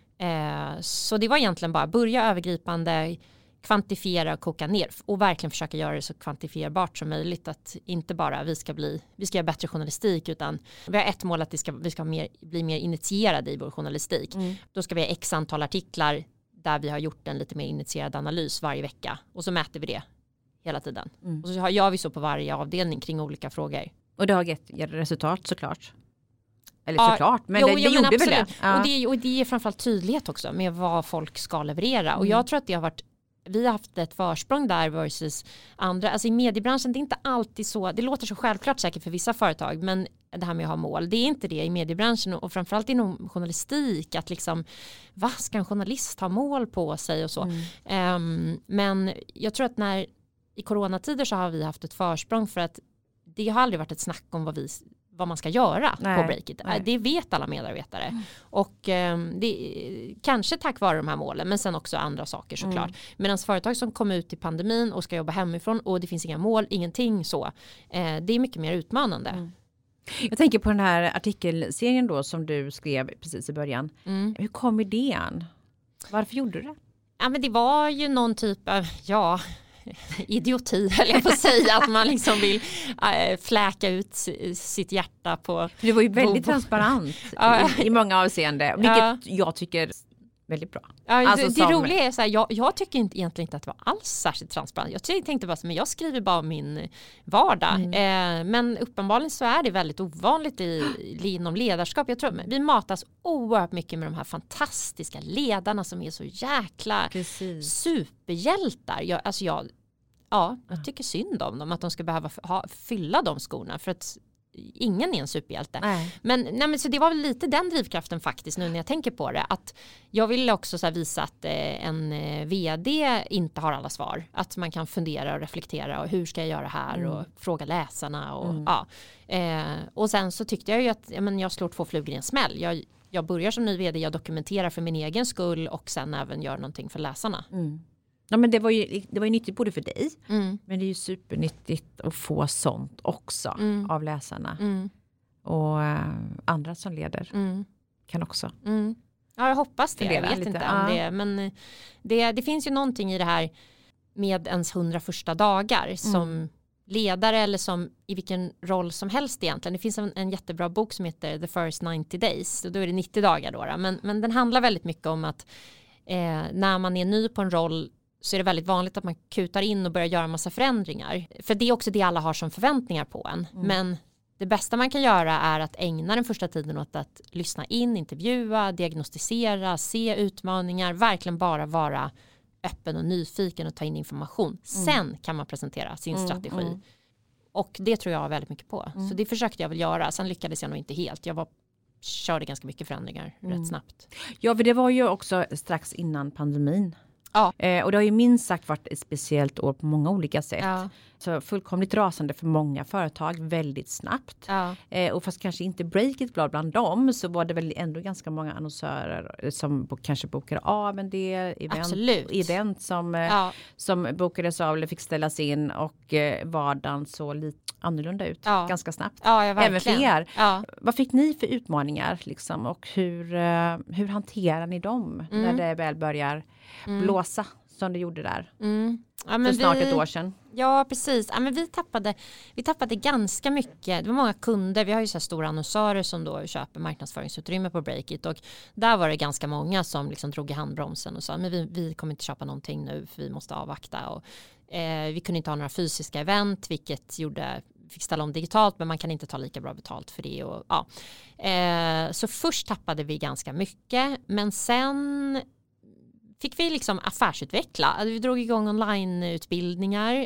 Så det var egentligen bara börja övergripande, kvantifiera och koka ner och verkligen försöka göra det så kvantifierbart som möjligt, att inte bara vi ska göra bättre journalistik, utan vi har ett mål att vi ska bli mer initierade i vår journalistik. Då ska vi ha x antal artiklar där vi har gjort en lite mer initierad analys varje vecka och så mäter vi det hela tiden. Och så gör vi så på varje avdelning kring olika frågor. Och det har gett resultat såklart. Eller såklart, men det gjorde väl det. Ja. Och det är framförallt tydlighet också med vad folk ska leverera. Och jag tror att det har varit, vi har haft ett försprång där versus andra. Alltså i mediebranschen, det är inte alltid så, det låter så självklart säkert för vissa företag, men det här med att ha mål, det är inte det i mediebranschen och framförallt inom journalistik, att liksom, vad ska en journalist ha mål på sig och så. Men jag tror att i coronatider så har vi haft ett försprång för att det har aldrig varit ett snack om vad man ska göra på Breakit. Det vet alla medarbetare. Och det kanske tack vare de här målen, men sen också andra saker såklart. Medan företag som kommer ut i pandemin och ska jobba hemifrån och det finns inga mål, ingenting så. Det är mycket mer utmanande. Jag tänker på den här artikelserien då som du skrev precis i början. Hur kom idén? Varför gjorde du det? Ja, men det var ju någon typ av, idioti, eller jag får säga, att man liksom vill fläka ut sitt hjärta på. Det var ju väldigt transparent i många avseenden, vilket jag tycker väldigt bra. Alltså det roliga är så här, jag tycker egentligen inte att det var alls särskilt transparent. Jag tänkte bara, men jag skriver bara min vardag. Men uppenbarligen så är det väldigt ovanligt inom ledarskap. Jag tror vi matas oerhört mycket med de här fantastiska ledarna som är så jäkla superhjältar. Jag tycker synd om dem, att de ska behöva fylla de skorna, för att ingen är en superhjälte. Men så det var väl lite den drivkraften faktiskt nu när jag tänker på det, att jag ville också så här visa att en vd inte har alla svar, att man kan fundera och reflektera och hur ska jag göra här och fråga läsarna och sen så tyckte jag ju att jag slår 2 flugor i en smäll. Jag börjar som ny vd, jag dokumenterar för min egen skull och sen även gör någonting för läsarna. Ja, men det var ju nyttigt både för dig, men det är ju supernyttigt att få sånt också av läsarna. Och andra som leder kan också. Ja, jag hoppas det. Jag vet lite, inte om det. Men det finns ju någonting i det här med ens 100 första dagar som ledare eller som i vilken roll som helst egentligen. Det finns en jättebra bok som heter The First 90 Days. Och då är det 90 dagar då. Men den handlar väldigt mycket om att när man är ny på en roll så är det väldigt vanligt att man kutar in och börjar göra en massa förändringar. För det är också det alla har som förväntningar på en. Men det bästa man kan göra är att ägna den första tiden åt att lyssna in, intervjua, diagnostisera, se utmaningar, verkligen bara vara öppen och nyfiken och ta in information. Sen kan man presentera sin strategi. Och det tror jag väldigt mycket på. Så det försökte jag väl göra. Sen lyckades jag nog inte helt. Körde ganska mycket förändringar rätt snabbt. Ja, för det var ju också strax innan pandemin. Ja. Och det har ju minst sagt varit ett speciellt år på många olika sätt. Ja. Så fullkomligt rasande för många företag väldigt snabbt. Ja. Och fast kanske inte Breakit bland dem, så var det väl ändå ganska många annonsörer som kanske bokade av en del event som bokades av eller fick ställas in, och vardagen så lite annorlunda ut ganska snabbt. Ja, även för er. Ja. Vad fick ni för utmaningar liksom, och hur hanterar ni dem när det väl börjar blåsa som det gjorde där för snart ett år sedan? Ja, precis. Ja, men vi tappade ganska mycket. Det var många kunder. Vi har ju så här stora annonsörer som då köper marknadsföringsutrymme på Breakit, och där var det ganska många som liksom drog i handbromsen och sa men vi kommer inte köpa någonting nu för vi måste avvakta. Och, vi kunde inte ha några fysiska event, vilket fick ställa om digitalt, men man kan inte ta lika bra betalt för det. Och, så först tappade vi ganska mycket, men sen fick vi liksom affärsutveckla. Vi drog igång onlineutbildningar.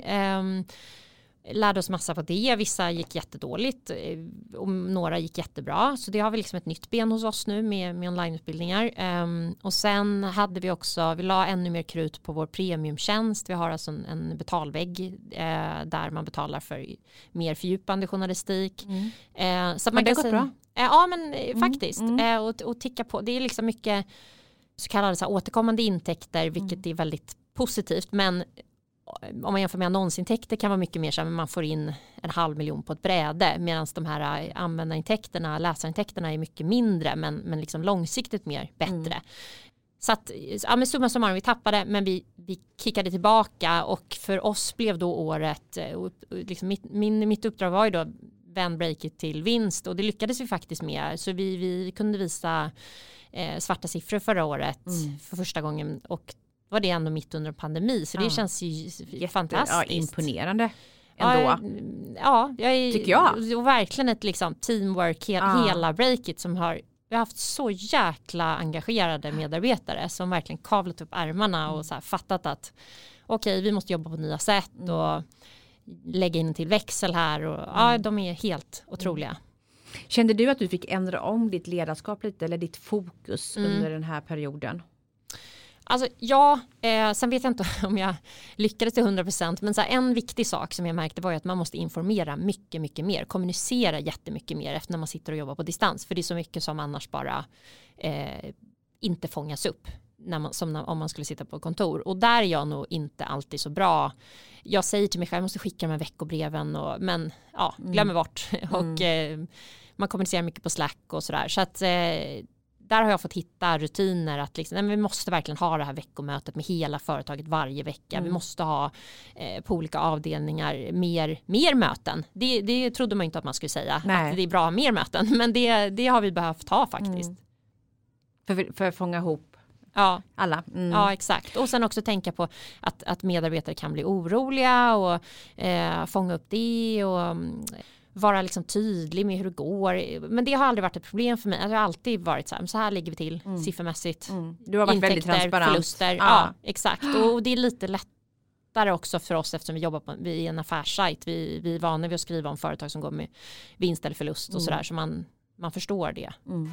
Lärde oss massa på det. Vissa gick jättedåligt och några gick jättebra. Så det har vi liksom ett nytt ben hos oss nu med onlineutbildningar. Och sen hade vi la ännu mer krut på vår premiumtjänst. Vi har alltså en betalvägg där man betalar för mer fördjupande journalistik. Så att man det har gått bra? Ja, men faktiskt. Och ticka på. Det är liksom mycket så kallade så här återkommande intäkter, vilket är väldigt positivt, men om man jämför med annonsintäkter kan vara mycket mer så här, man får in 500 000 på ett bräde, medan de här användarintäkterna, läsarintäkterna är mycket mindre, men liksom långsiktigt mer bättre. Så att, med summa summarum, vi tappade, men vi kickade tillbaka, och för oss blev då året, liksom mitt uppdrag var ju då vänd Breakit till vinst, och det lyckades vi faktiskt med, så vi kunde visa svarta siffror förra året för första gången, och var det ändå mitt under pandemi, så det känns ju fantastiskt. Ja, imponerande ändå. Tycker jag. Och verkligen ett liksom teamwork hela Breakit, som vi har haft så jäkla engagerade medarbetare som verkligen kavlat upp ärmarna och så här fattat att okej, vi måste jobba på nya sätt och lägga in en till växel här, och de är helt otroliga. Kände du att du fick ändra om ditt ledarskap lite, eller ditt fokus under den här perioden? Alltså sen vet jag inte om jag lyckades till 100%, men så här, en viktig sak som jag märkte var ju att man måste informera mycket, mycket mer, kommunicera jättemycket mer efter när man sitter och jobbar på distans, för det är så mycket som annars bara inte fångas upp om man skulle sitta på kontor, och där är jag nog inte alltid så bra. Jag säger till mig själv, jag måste skicka de här veckobreven, men glömmer bort och man kommunicerar mycket på Slack och sådär, så att där har jag fått hitta rutiner att liksom, vi måste verkligen ha det här veckomötet med hela företaget varje vecka. Vi måste ha på olika avdelningar mer möten. Det trodde man inte att man skulle säga. Nej. Att det är bra mer möten. Men det har vi behövt ha faktiskt. För att fånga ihop alla. Ja, exakt. Och sen också tänka på att medarbetare kan bli oroliga och fånga upp det och vara liksom tydlig med hur det går. Men det har aldrig varit ett problem för mig. Jag har alltid varit så här ligger vi till siffermässigt. Du har varit väldigt transparent. Förluster. Ja, exakt. Och det är lite lättare också för oss eftersom vi jobbar i en affärssajt. Vi är vana vid att skriva om företag som går med vinst eller förlust och sådär. Så man förstår det.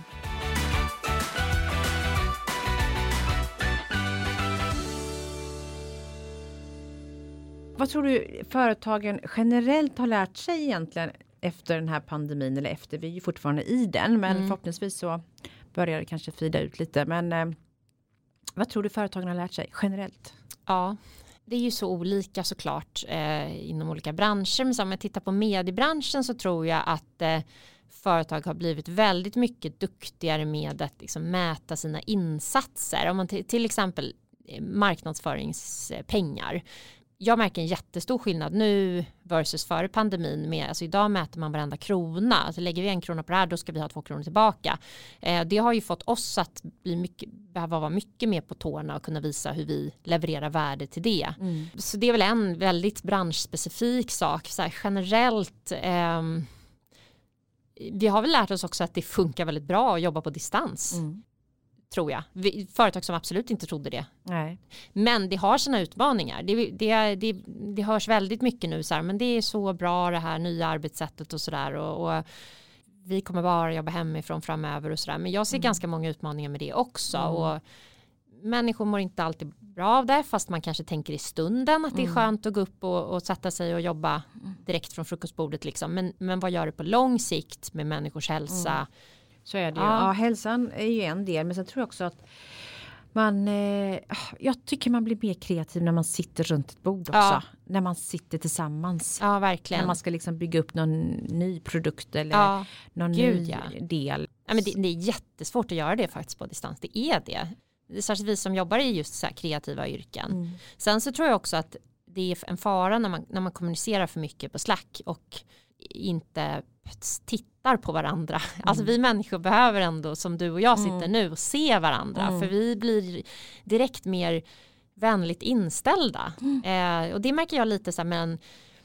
Vad tror du företagen generellt har lärt sig egentligen efter den här pandemin, eller efter, vi är ju fortfarande i den, men förhoppningsvis så börjar det kanske frida ut lite, men vad tror du företagen har lärt sig generellt? Ja, det är ju så olika såklart inom olika branscher, men om jag tittar på mediebranschen så tror jag att företag har blivit väldigt mycket duktigare med att liksom mäta sina insatser. Om man till exempel marknadsföringspengar. Jag märker en jättestor skillnad nu versus före pandemin. Alltså idag mäter man varenda krona. Alltså lägger vi 1 krona på det här, då ska vi ha 2 kronor tillbaka. Det har ju fått oss att behöva vara mycket mer på tårna och kunna visa hur vi levererar värde till det. Så det är väl en väldigt branschspecifik sak. Så här, generellt, vi har väl lärt oss också att det funkar väldigt bra att jobba på distans. tror jag. Företag som absolut inte trodde det. Nej. Men det har sina utmaningar. Det hörs väldigt mycket nu så här, men det är så bra det här nya arbetssättet och sådär. Och vi kommer bara jobba hemifrån framöver och sådär. Men jag ser ganska många utmaningar med det också. Och människor mår inte alltid bra av det, fast man kanske tänker i stunden att det är skönt att gå upp och sätta sig och jobba direkt från frukostbordet liksom. Men vad gör det på lång sikt med människors hälsa? Så är det ju. Ja, hälsan är ju en del, men sen tror jag också att jag tycker man blir mer kreativ när man sitter runt ett bord också. Ja. När man sitter tillsammans. Ja, verkligen. När man ska liksom bygga upp någon ny produkt eller någon ny del. Ja, men det är jättesvårt att göra det faktiskt på distans. Det är det. Särskilt vi som jobbar i just så här kreativa yrken. Sen så tror jag också att det är en fara när man kommunicerar för mycket på Slack och inte tittar på varandra. Alltså vi människor behöver ändå, som du och jag sitter nu, och se varandra. För vi blir direkt mer vänligt inställda. Och det märker jag lite så här med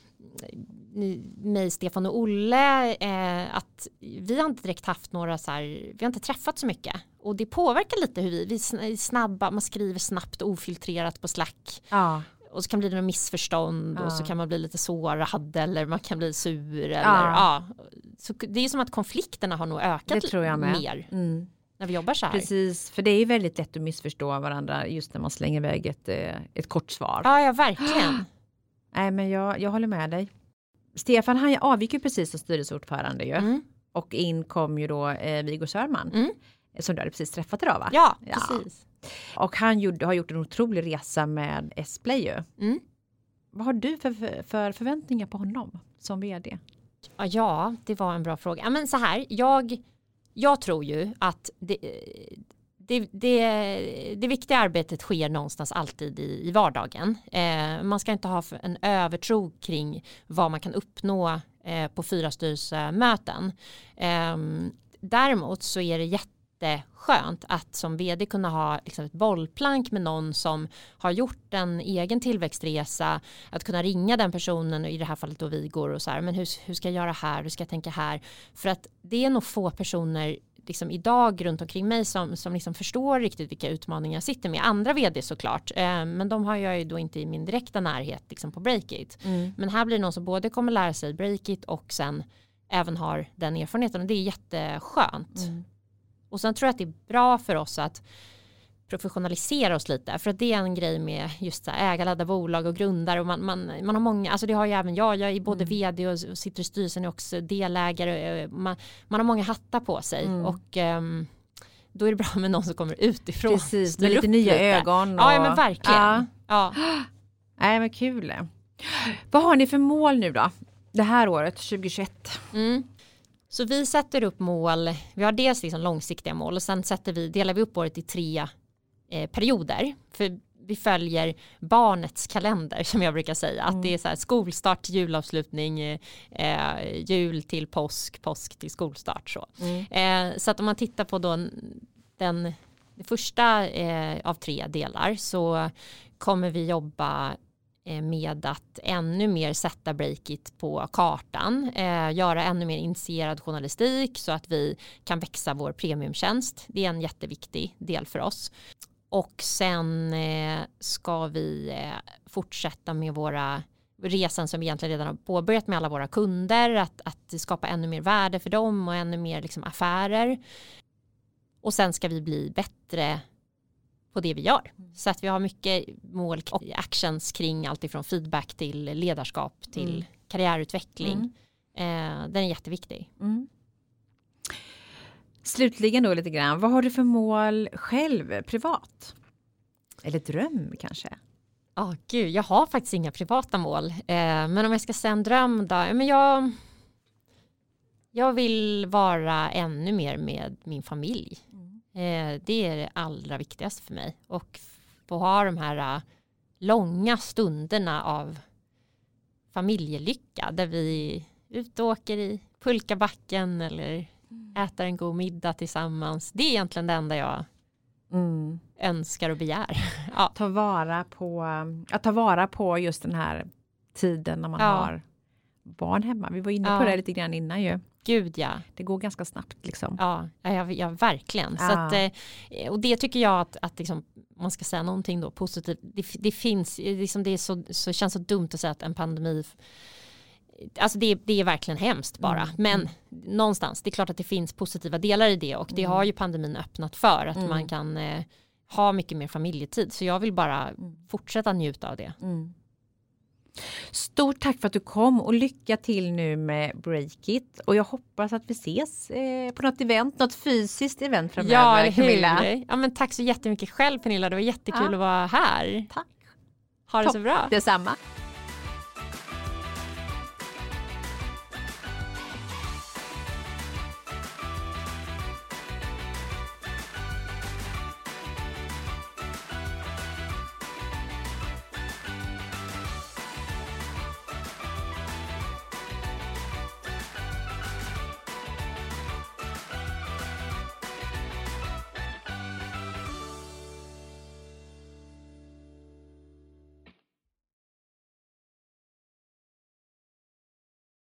mig, Stefan och Olle, att vi har inte direkt haft några så här, vi har inte träffat så mycket. Och det påverkar lite hur vi är snabba, man skriver snabbt och ofiltrerat på Slack. Ja. Och så kan det bli något missförstånd och så kan man bli lite sårad eller man kan bli sur. Eller, Så det är som att konflikterna har nog ökat det tror jag med. Mer när vi jobbar så här. Precis, för det är väldigt lätt att missförstå varandra just när man slänger iväg ett kort svar. Ja, verkligen. Nej, men jag håller med dig. Stefan, han avgick ju precis som styrelseordförande ju. Och in kom ju då Viggo Sörman. Som du hade precis träffat idag, va? Ja, precis. Och han har gjort en otrolig resa med S-Play ju. Vad har du för förväntningar på honom som vd? Ja, det var en bra fråga. Men så här, jag tror ju att det viktiga arbetet sker någonstans alltid i vardagen. Man ska inte ha en övertro kring vad man kan uppnå på 4 styrelsemöten. Däremot så är det jätteskönt att som vd kunna ha liksom ett bollplank med någon som har gjort en egen tillväxtresa, att kunna ringa den personen, och i det här fallet då Viggo, och så här, men hur ska jag göra här, hur ska jag tänka här, för att det är nog få personer liksom idag runt omkring mig som liksom förstår riktigt vilka utmaningar jag sitter med. Andra vd såklart, men de har jag ju då inte i min direkta närhet liksom på Breakit. Men här blir det någon som både kommer lära sig Breakit och sen även har den erfarenheten, och det är jätteskönt. Och sen tror jag att det är bra för oss att professionalisera oss lite, för att det är en grej med just så här, ägarledda bolag och grundare, och man har många, alltså det har ju även jag är både vd och sitter i styrelsen och också delägare, man har många hattar på sig och då är det bra med någon som kommer utifrån. Precis, med lite nya ögon. Ja, men verkligen. Ja. Nej, men kul. Vad har ni för mål nu då? Det här året, 2021? Så vi sätter upp mål, vi har dels liksom långsiktiga mål, och sen delar vi upp året i 3 perioder. För vi följer barnets kalender, som jag brukar säga. Att det är så här, skolstart, julavslutning, jul till påsk, påsk till skolstart. Så att om man tittar på då det första av 3 delar, så kommer vi jobba med att ännu mer sätta Breakit på kartan, göra ännu mer initierad journalistik så att vi kan växa vår premiumtjänst. Det är en jätteviktig del för oss. Och sen ska vi fortsätta med våra resan som vi egentligen redan har påbörjat med alla våra kunder, att skapa ännu mer värde för dem och ännu mer liksom affärer. Och sen ska vi bli bättre på det vi gör. Så att vi har mycket mål och actions kring allt ifrån feedback till ledarskap till karriärutveckling. Den är jätteviktig. Slutligen då lite grann, vad har du för mål själv privat? Eller dröm kanske? Gud, jag har faktiskt inga privata mål. Men om jag ska säga en dröm då, men jag vill vara ännu mer med min familj. Det är det allra viktigaste för mig. Och få ha de här långa stunderna av familjelycka, där vi utåker i pulkabacken eller äter en god middag tillsammans. Det är egentligen det enda jag önskar och begär. Ja. Ta vara på just den här tiden när man har barn hemma. Vi var inne på det lite grann innan ju. Gud ja. Det går ganska snabbt liksom. Ja, verkligen. Så att, och det tycker jag att liksom, man ska säga någonting då positivt. Det finns, liksom, det är så känns så dumt att säga att en pandemi, alltså det är verkligen hemskt bara. Men någonstans, det är klart att det finns positiva delar i det. Och det har ju pandemin öppnat för. Att man kan ha mycket mer familjetid. Så jag vill bara fortsätta njuta av det. Stort tack för att du kom och lycka till nu med Breakit. Och jag hoppas att vi ses på något event, något fysiskt event framöver, Camilla. Ja, men tack så jättemycket själv, Pernilla. Det var jättekul att vara här. Tack. Ha det så bra. Detsamma.